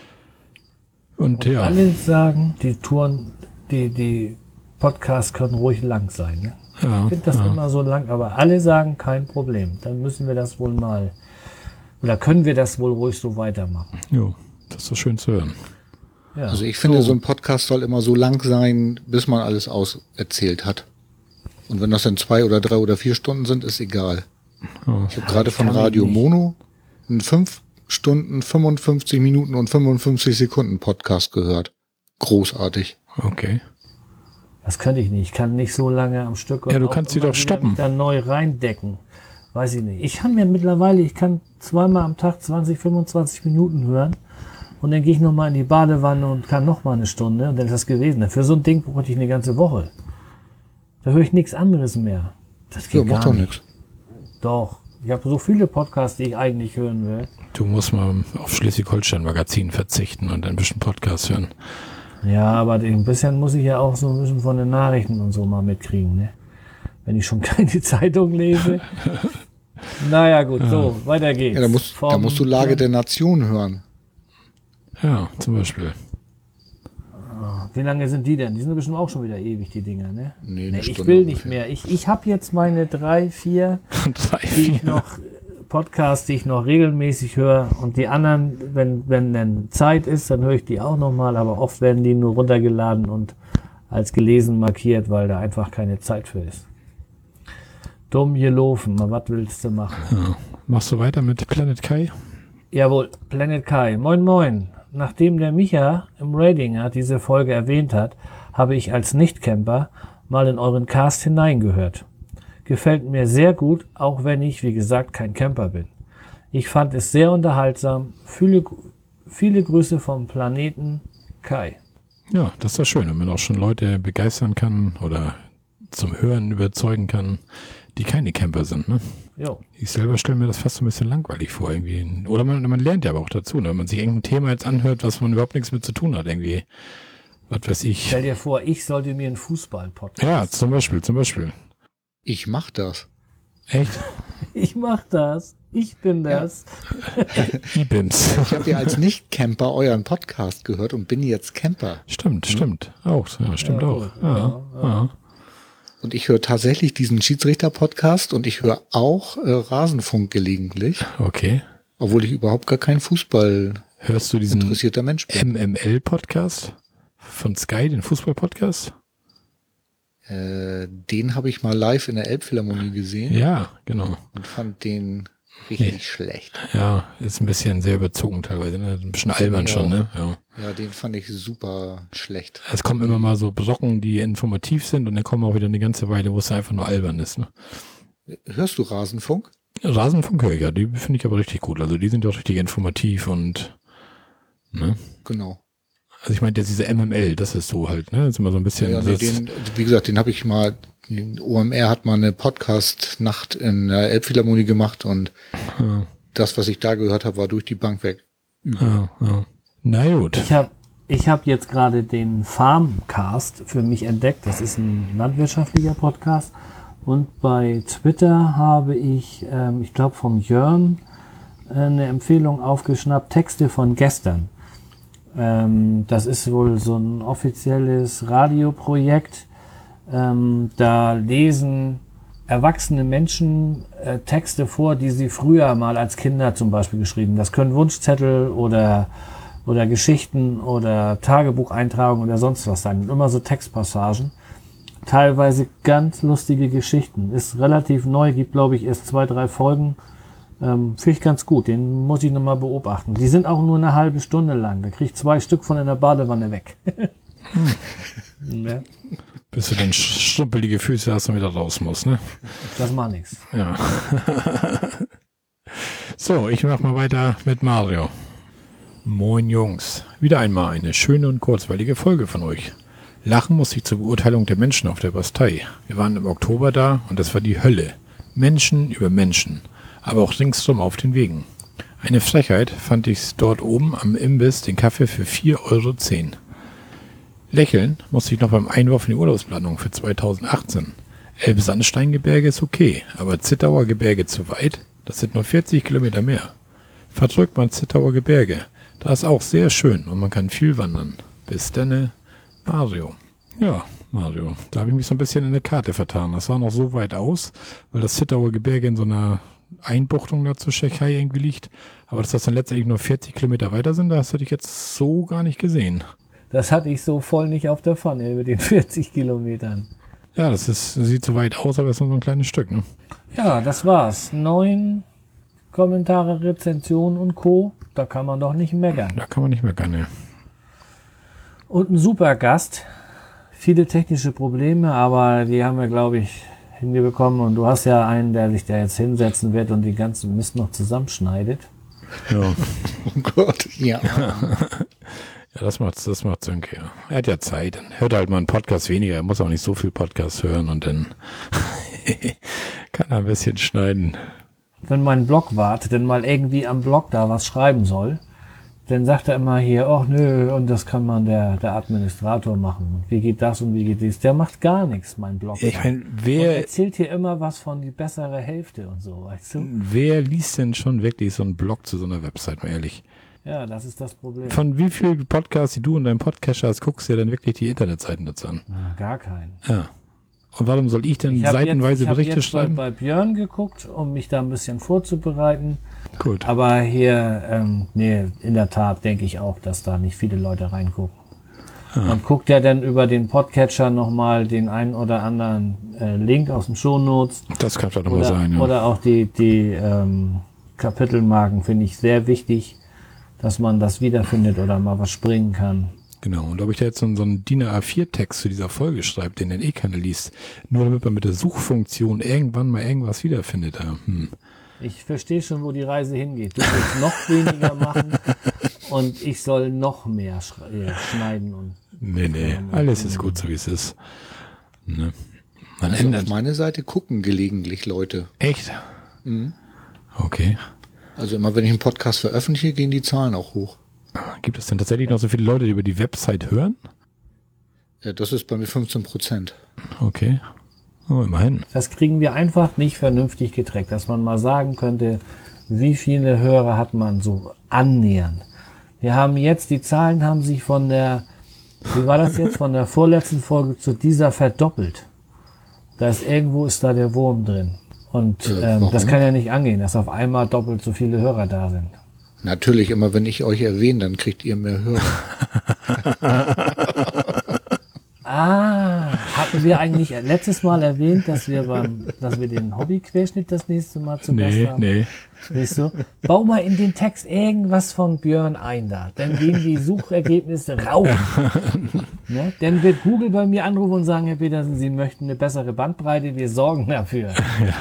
Und ja,
Alle sagen, die Touren, die, die Podcasts können ruhig lang sein. Ne?
ja,
Ich finde das
ja.
immer so lang, aber alle sagen, kein Problem. Dann müssen wir das wohl mal, oder können wir das wohl ruhig so weitermachen.
Jo, das ist so schön zu hören.
Ja.
Also ich finde, so ein Podcast soll immer so lang sein, bis man alles auserzählt hat. Und wenn das dann zwei oder drei oder vier Stunden sind, ist egal.
Oh.
Ich habe gerade
ich
von
kann mich
Radio
nicht.
Mono einen fünf Stunden, fünfundfünfzig Minuten und fünfundfünfzig Sekunden Podcast gehört. Großartig.
Okay.
Das könnte ich nicht. Ich kann nicht so lange am Stück. und
Ja, du
auch
kannst sie
immer
doch
wieder
stoppen.
mich Dann neu reindecken. Weiß ich nicht. Ich kann mir mittlerweile, ich kann zweimal am Tag zwanzig, fünfundzwanzig Minuten hören. Und dann gehe ich nochmal in die Badewanne und kann nochmal eine Stunde. Und dann ist das gewesen. Für so ein Ding brauchte ich eine ganze Woche. Da höre ich nichts anderes mehr. Das geht
Ja,
gar
macht doch
nicht.
nichts.
Doch. Ich habe so viele Podcasts, die ich eigentlich hören will.
Du musst mal auf Schleswig-Holstein-Magazin verzichten und ein bisschen Podcast hören.
Ja, aber ein bisschen muss ich ja auch so ein bisschen von den Nachrichten und so mal mitkriegen, ne? Wenn ich schon keine Zeitung lese. Naja, gut, so, weiter geht's.
Ja, da musst, da
Vom-
musst du Lage der Nation hören.
Ja, zum Beispiel.
Wie lange sind die denn? Die sind bestimmt auch schon wieder ewig, die Dinger, ne?
Nee, eine
Nee, ich
Stunde
will nicht
ungefähr.
mehr. Ich, ich habe jetzt meine drei, vier,
Drei,
die ich
vier.
noch, Podcasts, die ich noch regelmäßig höre. Und die anderen, wenn, wenn dann Zeit ist, dann höre ich die auch nochmal. Aber oft werden die nur runtergeladen und als gelesen markiert, weil da einfach keine Zeit für ist. Dumm gelaufen, mal was willst du machen?
Ja. Machst du weiter mit Planet Kai?
Jawohl, Planet Kai. Moin moin. Nachdem der Micha im Ratinger diese Folge erwähnt hat, habe ich als Nicht-Camper mal in euren Cast hineingehört. Gefällt mir sehr gut, auch wenn ich, wie gesagt, kein Camper bin. Ich fand es sehr unterhaltsam. Viele, viele Grüße vom Planeten Kai.
Ja, das ist doch schön, wenn man auch schon Leute begeistern kann oder zum Hören überzeugen kann, die keine Camper sind, ne?
Jo.
Ich selber stelle mir das fast so ein bisschen langweilig vor, irgendwie. Oder man, man lernt ja aber auch dazu, ne? Wenn man sich irgendein Thema jetzt anhört, was man überhaupt nichts mit zu tun hat, irgendwie. Was weiß ich.
Stell dir vor, ich sollte mir einen Fußball-Podcast.
Ja, zum Beispiel, zum Beispiel.
Ich mach das.
Echt?
Ich mach das. Ich bin das.
I-Bims.
Ich habe ja als Nicht-Camper euren Podcast gehört und bin jetzt Camper.
Stimmt, stimmt. Auch, ja, stimmt
Ja,
auch.
gut.
Ja,
Ja,
ja.
Und ich höre tatsächlich diesen Schiedsrichter-Podcast und ich höre auch äh, Rasenfunk gelegentlich,
Okay.
obwohl ich überhaupt gar kein Fußball
Hörst du diesen
interessierter Mensch bin.
M M L-Podcast von Sky, den Fußball-Podcast?
Äh, den habe ich mal live in der Elbphilharmonie gesehen
Ja, genau.
und fand den richtig
Nee.
schlecht.
Ja, ist ein bisschen sehr überzogen teilweise, ne? Ein bisschen albern
Ja.
schon, ne? Ja.
Ja, den fand ich super schlecht.
Es kommen immer mal so Brocken, die informativ sind und dann kommen auch wieder eine ganze Weile, wo es einfach nur albern ist, ne?
Hörst du Rasenfunk?
Rasenfunk höre ich, ja, die finde ich aber richtig gut. Also die sind ja auch richtig informativ und, ne?
Genau.
Also ich meine, jetzt diese M M L, das ist so halt, ne? Das ist immer so ein bisschen,
Ja, nee,
das,
den, wie gesagt, den habe ich mal, den O M R hat mal eine Podcast-Nacht in der Elbphilharmonie gemacht und
ja,
das, was ich da gehört habe, war durch die Bank weg.
ja, ja. Na gut.
Ich habe ich hab jetzt gerade den Farmcast für mich entdeckt. Das ist ein landwirtschaftlicher Podcast. Und bei Twitter habe ich, ähm, ich glaube vom Jörn, äh, eine Empfehlung aufgeschnappt, Texte von gestern. Ähm, das ist wohl so ein offizielles Radioprojekt. Ähm, da lesen erwachsene Menschen äh, Texte vor, die sie früher mal als Kinder zum Beispiel geschrieben. Das können Wunschzettel oder oder Geschichten oder Tagebucheintragungen oder sonst was sein. Und immer so Textpassagen. Teilweise ganz lustige Geschichten. Ist relativ neu, gibt glaube ich erst zwei, drei Folgen. Ähm, Finde ich ganz gut, den muss ich nochmal beobachten. Die sind auch nur eine halbe Stunde lang. Da krieg ich zwei Stück von in der Badewanne weg. Ja,
Bis du dann strumpelige Füße hast und wieder raus musst, ne?
das macht nichts.
Ja. So, ich mach mal weiter mit Mario. Moin Jungs, wieder einmal eine schöne und kurzweilige Folge von euch. Lachen muss ich zur Beurteilung der Menschen auf der Bastei. Wir waren im Oktober da und das war die Hölle. Menschen über Menschen, aber auch ringsrum auf den Wegen. Eine Frechheit fand ich dort oben am Imbiss den Kaffee für vier Euro zehn. Lächeln musste ich noch beim Einwurf in die Urlaubsplanung für zweitausendachtzehn. Elbsandsteingebirge ist okay, aber Zittauer Gebirge zu weit? Das sind nur vierzig Kilometer mehr. Verdrückt man Zittauer Gebirge. Da ist auch sehr schön und man kann viel wandern. Bis denne, Mario. Ja, Mario, da habe ich mich so ein bisschen in der Karte vertan. Das sah noch so weit aus, weil das Zittauer Gebirge in so einer Einbuchtung da zur Tschechei irgendwie liegt. Aber dass das dann letztendlich nur vierzig Kilometer weiter sind, das hätte ich jetzt so gar nicht gesehen.
Das hatte ich so voll nicht auf der Pfanne mit den vierzig Kilometern.
Ja, das ist, sieht so weit aus, aber das ist nur so ein kleines Stück, ne?
Ja, das war's. Neun Kommentare, Rezensionen und Co. Da kann man doch nicht meckern.
Da kann man nicht meckern, ne?
Und ein super Gast. Viele technische Probleme, aber die haben wir, glaube ich, hingebekommen. Und du hast ja einen, der sich da jetzt hinsetzen wird und die ganzen Mist noch zusammenschneidet.
Ja.
Oh Gott, ja.
Ja, das macht's, das macht Sönke, ja. Er hat ja Zeit. Dann hört halt mal einen Podcast weniger. Er muss auch nicht so viel Podcast hören und dann kann er ein bisschen schneiden.
Wenn mein Blog wart, denn mal irgendwie am Blog da was schreiben soll, dann sagt er immer hier, ach nö, und das kann man der, der Administrator machen. Wie geht das und wie geht dies? Der macht gar nichts, mein Blog.
Ich meine,
Und
wer,
erzählt hier immer was von die bessere Hälfte und so, weißt du?
wer liest denn schon wirklich so einen Blog zu so einer Website, mal ehrlich?
Ja, das ist das Problem.
Von wie vielen Podcasts, die du in deinem Podcast hast, guckst du dir dann wirklich die Internetseiten dazu an?
Na, gar keinen.
Ja. Und warum soll ich denn
Ich hab
seitenweise
jetzt, ich hab
Berichte
jetzt
schreiben?
Bei, bei Björn geguckt, um mich da ein bisschen vorzubereiten.
Gut.
Aber hier, ähm, nee, in der Tat denke ich auch, dass da nicht viele Leute reingucken.
Ah.
Man guckt ja dann über den Podcatcher nochmal den einen oder anderen äh, Link aus den Shownotes.
Das kann doch mal
Oder,
sein, ja.
oder auch die, die ähm, Kapitelmarken finde ich sehr wichtig, dass man das wiederfindet oder mal was springen kann.
Genau, und ob ich da jetzt so, so einen D I N A vier Text zu dieser Folge schreibe, den dann eh keiner liest, nur damit man mit der Suchfunktion irgendwann mal irgendwas wiederfindet. Ja. Hm.
Ich verstehe schon, wo die Reise hingeht. Du willst noch weniger machen und ich soll noch mehr sch äh, schneiden. Und
Nee, nee, alles ist gut, so wie es ist. Ne? Man
Also
ändert.
auf meine Seite gucken gelegentlich Leute.
Echt?
Mhm.
Okay.
Also immer wenn ich einen Podcast veröffentliche, gehen die Zahlen auch hoch.
Gibt es denn tatsächlich noch so viele Leute, die über die Website hören?
Ja, das ist bei mir fünfzehn Prozent.
Okay. Oh, immerhin.
das kriegen wir einfach nicht vernünftig getrackt, dass man mal sagen könnte, wie viele Hörer hat man so annähernd? Wir haben jetzt, die Zahlen haben sich von der, wie war das jetzt, von der vorletzten Folge zu dieser verdoppelt. Da ist irgendwo ist da der Wurm drin. Und
Äh,
ähm,
warum?
das kann ja nicht angehen, dass auf einmal doppelt so viele Hörer da sind.
Natürlich, immer wenn ich euch erwähne, dann kriegt ihr mehr Hörer.
Ah, hatten wir eigentlich letztes Mal erwähnt, dass wir beim, dass wir den Hobbyquerschnitt das nächste Mal zu Gast
Nee,
haben?
nee.
Siehst du? Bau mal in den Text irgendwas von Björn ein da. Dann gehen die Suchergebnisse rauf. Ne? Dann wird Google bei mir anrufen und sagen, Herr Petersen, Sie möchten eine bessere Bandbreite, wir sorgen dafür.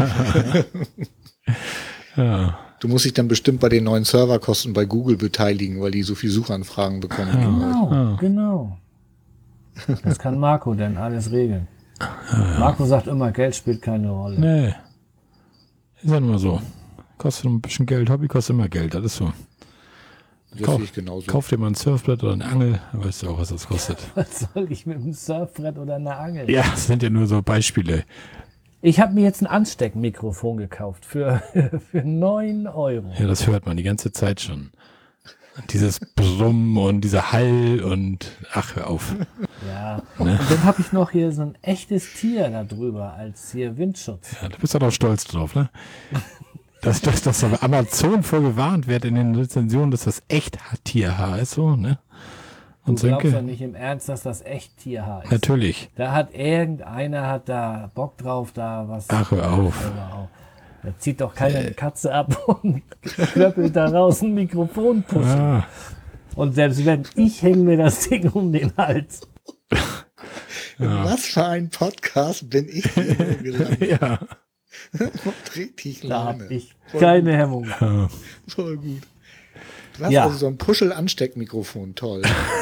Ja.
Du musst dich dann bestimmt bei den neuen Serverkosten bei Google beteiligen, weil die so viel Suchanfragen bekommen.
Genau, genau. Das kann Marco denn alles regeln. Marco sagt immer, Geld spielt keine Rolle.
Nee. Ist ja nur so. Kostet ein bisschen Geld. Hobby kostet immer Geld. Das ist so.
Das
Kauf,
sehe ich genauso.
kauf dir mal ein Surfbrett oder eine Angel. Dann weißt du auch, was das kostet.
Was soll ich mit einem Surfbrett oder einer Angel?
Ja, das sind ja nur so Beispiele.
Ich habe mir jetzt ein Ansteckmikrofon gekauft für, für neun Euro.
Ja, das hört man die ganze Zeit schon. Dieses Brummen und dieser Hall und ach, hör auf.
Ja. Und dann habe ich noch hier so ein echtes Tier da drüber als hier Windschutz.
Ja, du bist doch auch stolz drauf, ne? Dass das, das auf Amazon vorgewarnt wird in den Rezensionen, dass das echt Tierhaar ist, so, ne?
Du
Und
glaubst
Sönke,
doch nicht im Ernst, dass das echt Tierhaar ist.
natürlich.
Da hat irgendeiner hat da Bock drauf, da was.
Ach, hör auf.
Hör auf. Da zieht doch keiner eine Katze ab und klöppelt da raus ein Mikrofonpuschel.
Ah,
Und selbst wenn, ich hänge mir das Ding um den Hals.
Was für ein Podcast bin ich hier nur gelandet.
ja.
Richtig
Da
Laune.
habe ich keine Hemmung.
ja.
Voll gut. Du hast
Ja.
also so ein Puschel-Ansteckmikrofon, toll.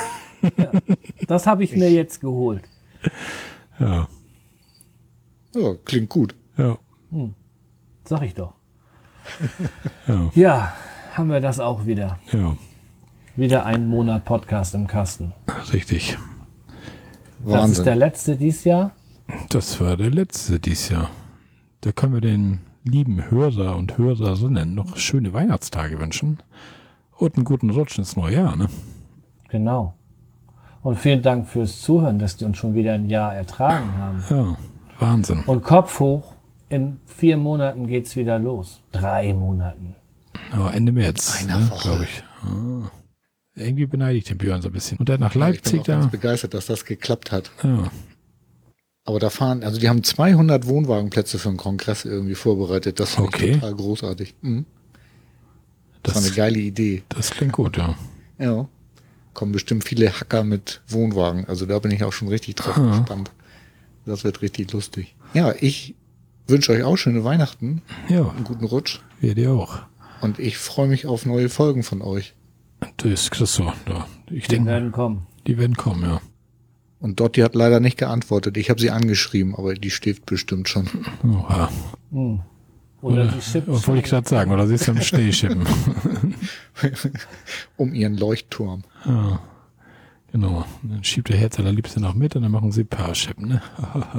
Das habe ich mir jetzt geholt.
Ja.
Ja, klingt gut.
Ja.
Sag ich doch.
Ja.
Ja, haben wir das auch wieder.
Ja.
Wieder einen Monat Podcast im Kasten.
Richtig.
Das ist der
Wahnsinn.
letzte dieses Jahr.
Das war der letzte dies Jahr. Da können wir den lieben Hörer und Hörerinnen noch schöne Weihnachtstage wünschen. Und einen guten Rutsch ins neue Jahr, ne?
Genau. Und vielen Dank fürs Zuhören, dass die uns schon wieder ein Jahr ertragen haben.
Ja, Wahnsinn.
Und Kopf hoch, in vier Monaten geht's wieder los. Drei Monaten.
Aber Ende März,
Einer
ne,
Woche.
glaube ich. Ah. Irgendwie beneide ich den Björn so ein bisschen. Und der nach
Ja, ich bin
Leipzig
auch ganz
da.
begeistert, dass das geklappt hat.
Ja.
Aber da fahren, also die haben zweihundert Wohnwagenplätze für einen Kongress irgendwie vorbereitet. Das finde
Okay.
ich total großartig. Mhm. Das, war
Das,
eine geile Idee.
das klingt gut, ja.
Ja. Kommen bestimmt viele Hacker mit Wohnwagen. Also da bin ich auch schon richtig drauf
Ah.
gespannt. Das wird richtig lustig. Ja, ich wünsche euch auch schöne Weihnachten,
Ja,
einen guten Rutsch.
wir dir auch.
Und ich freue mich auf neue Folgen von euch.
Das kriegst du. Ja. Ich
Die
denke,
werden kommen.
die werden kommen, ja.
Und Dotti hat leider nicht geantwortet. Ich habe sie angeschrieben, aber die schläft bestimmt schon.
Oha.
Hm. Oder,
Oder,
die Chips.
wollte ich gerade sagen, oder sie ist am Schnee schippen.
Um ihren Leuchtturm.
Ja, genau. Und dann schiebt der Herz allerliebste noch mit und dann machen sie Paarschippen, ne?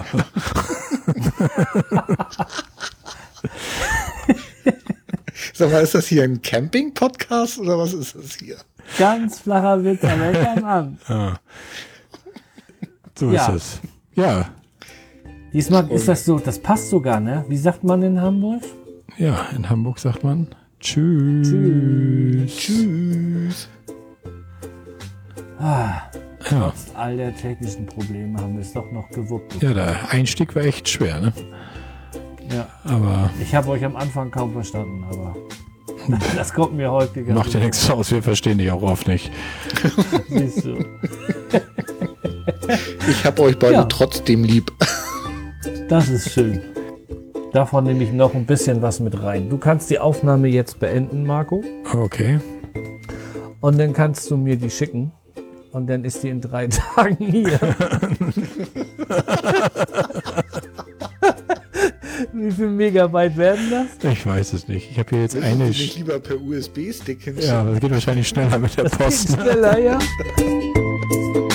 Sag mal, ist das hier ein Camping-Podcast oder was ist das hier?
Ganz flacher Witz, aber er kam an.
Ja. So
Ja.
ist es. Ja,
Diesmal ist das so, das passt sogar, ne? Wie sagt man in Hamburg?
ja, in Hamburg sagt man Tschüss.
Tschüss.
Ah,
Ja,
all der technischen Probleme haben wir es doch noch gewuppt.
ja, der Einstieg war echt schwer, ne?
Ja.
Aber
Ich habe euch am Anfang kaum verstanden, aber das kommt mir häufiger.
macht ja
so
nichts aus, wir verstehen dich auch oft nicht.
vor. Siehst du.
Ich hab euch beide
Ja.
trotzdem lieb.
Das ist schön. Davon nehme ich noch ein bisschen was mit rein. Du kannst die Aufnahme jetzt beenden, Marco.
Okay.
Und dann kannst du mir die schicken. Und dann ist die in drei Tagen hier. Wie viel Megabyte werden das?
Ich weiß es nicht. Ich habe hier jetzt
Willst
eine.
du nicht lieber per U S B-Stick hinschicken?
Ja, das geht wahrscheinlich schneller mit der
Das geht
Post.
schneller, ja?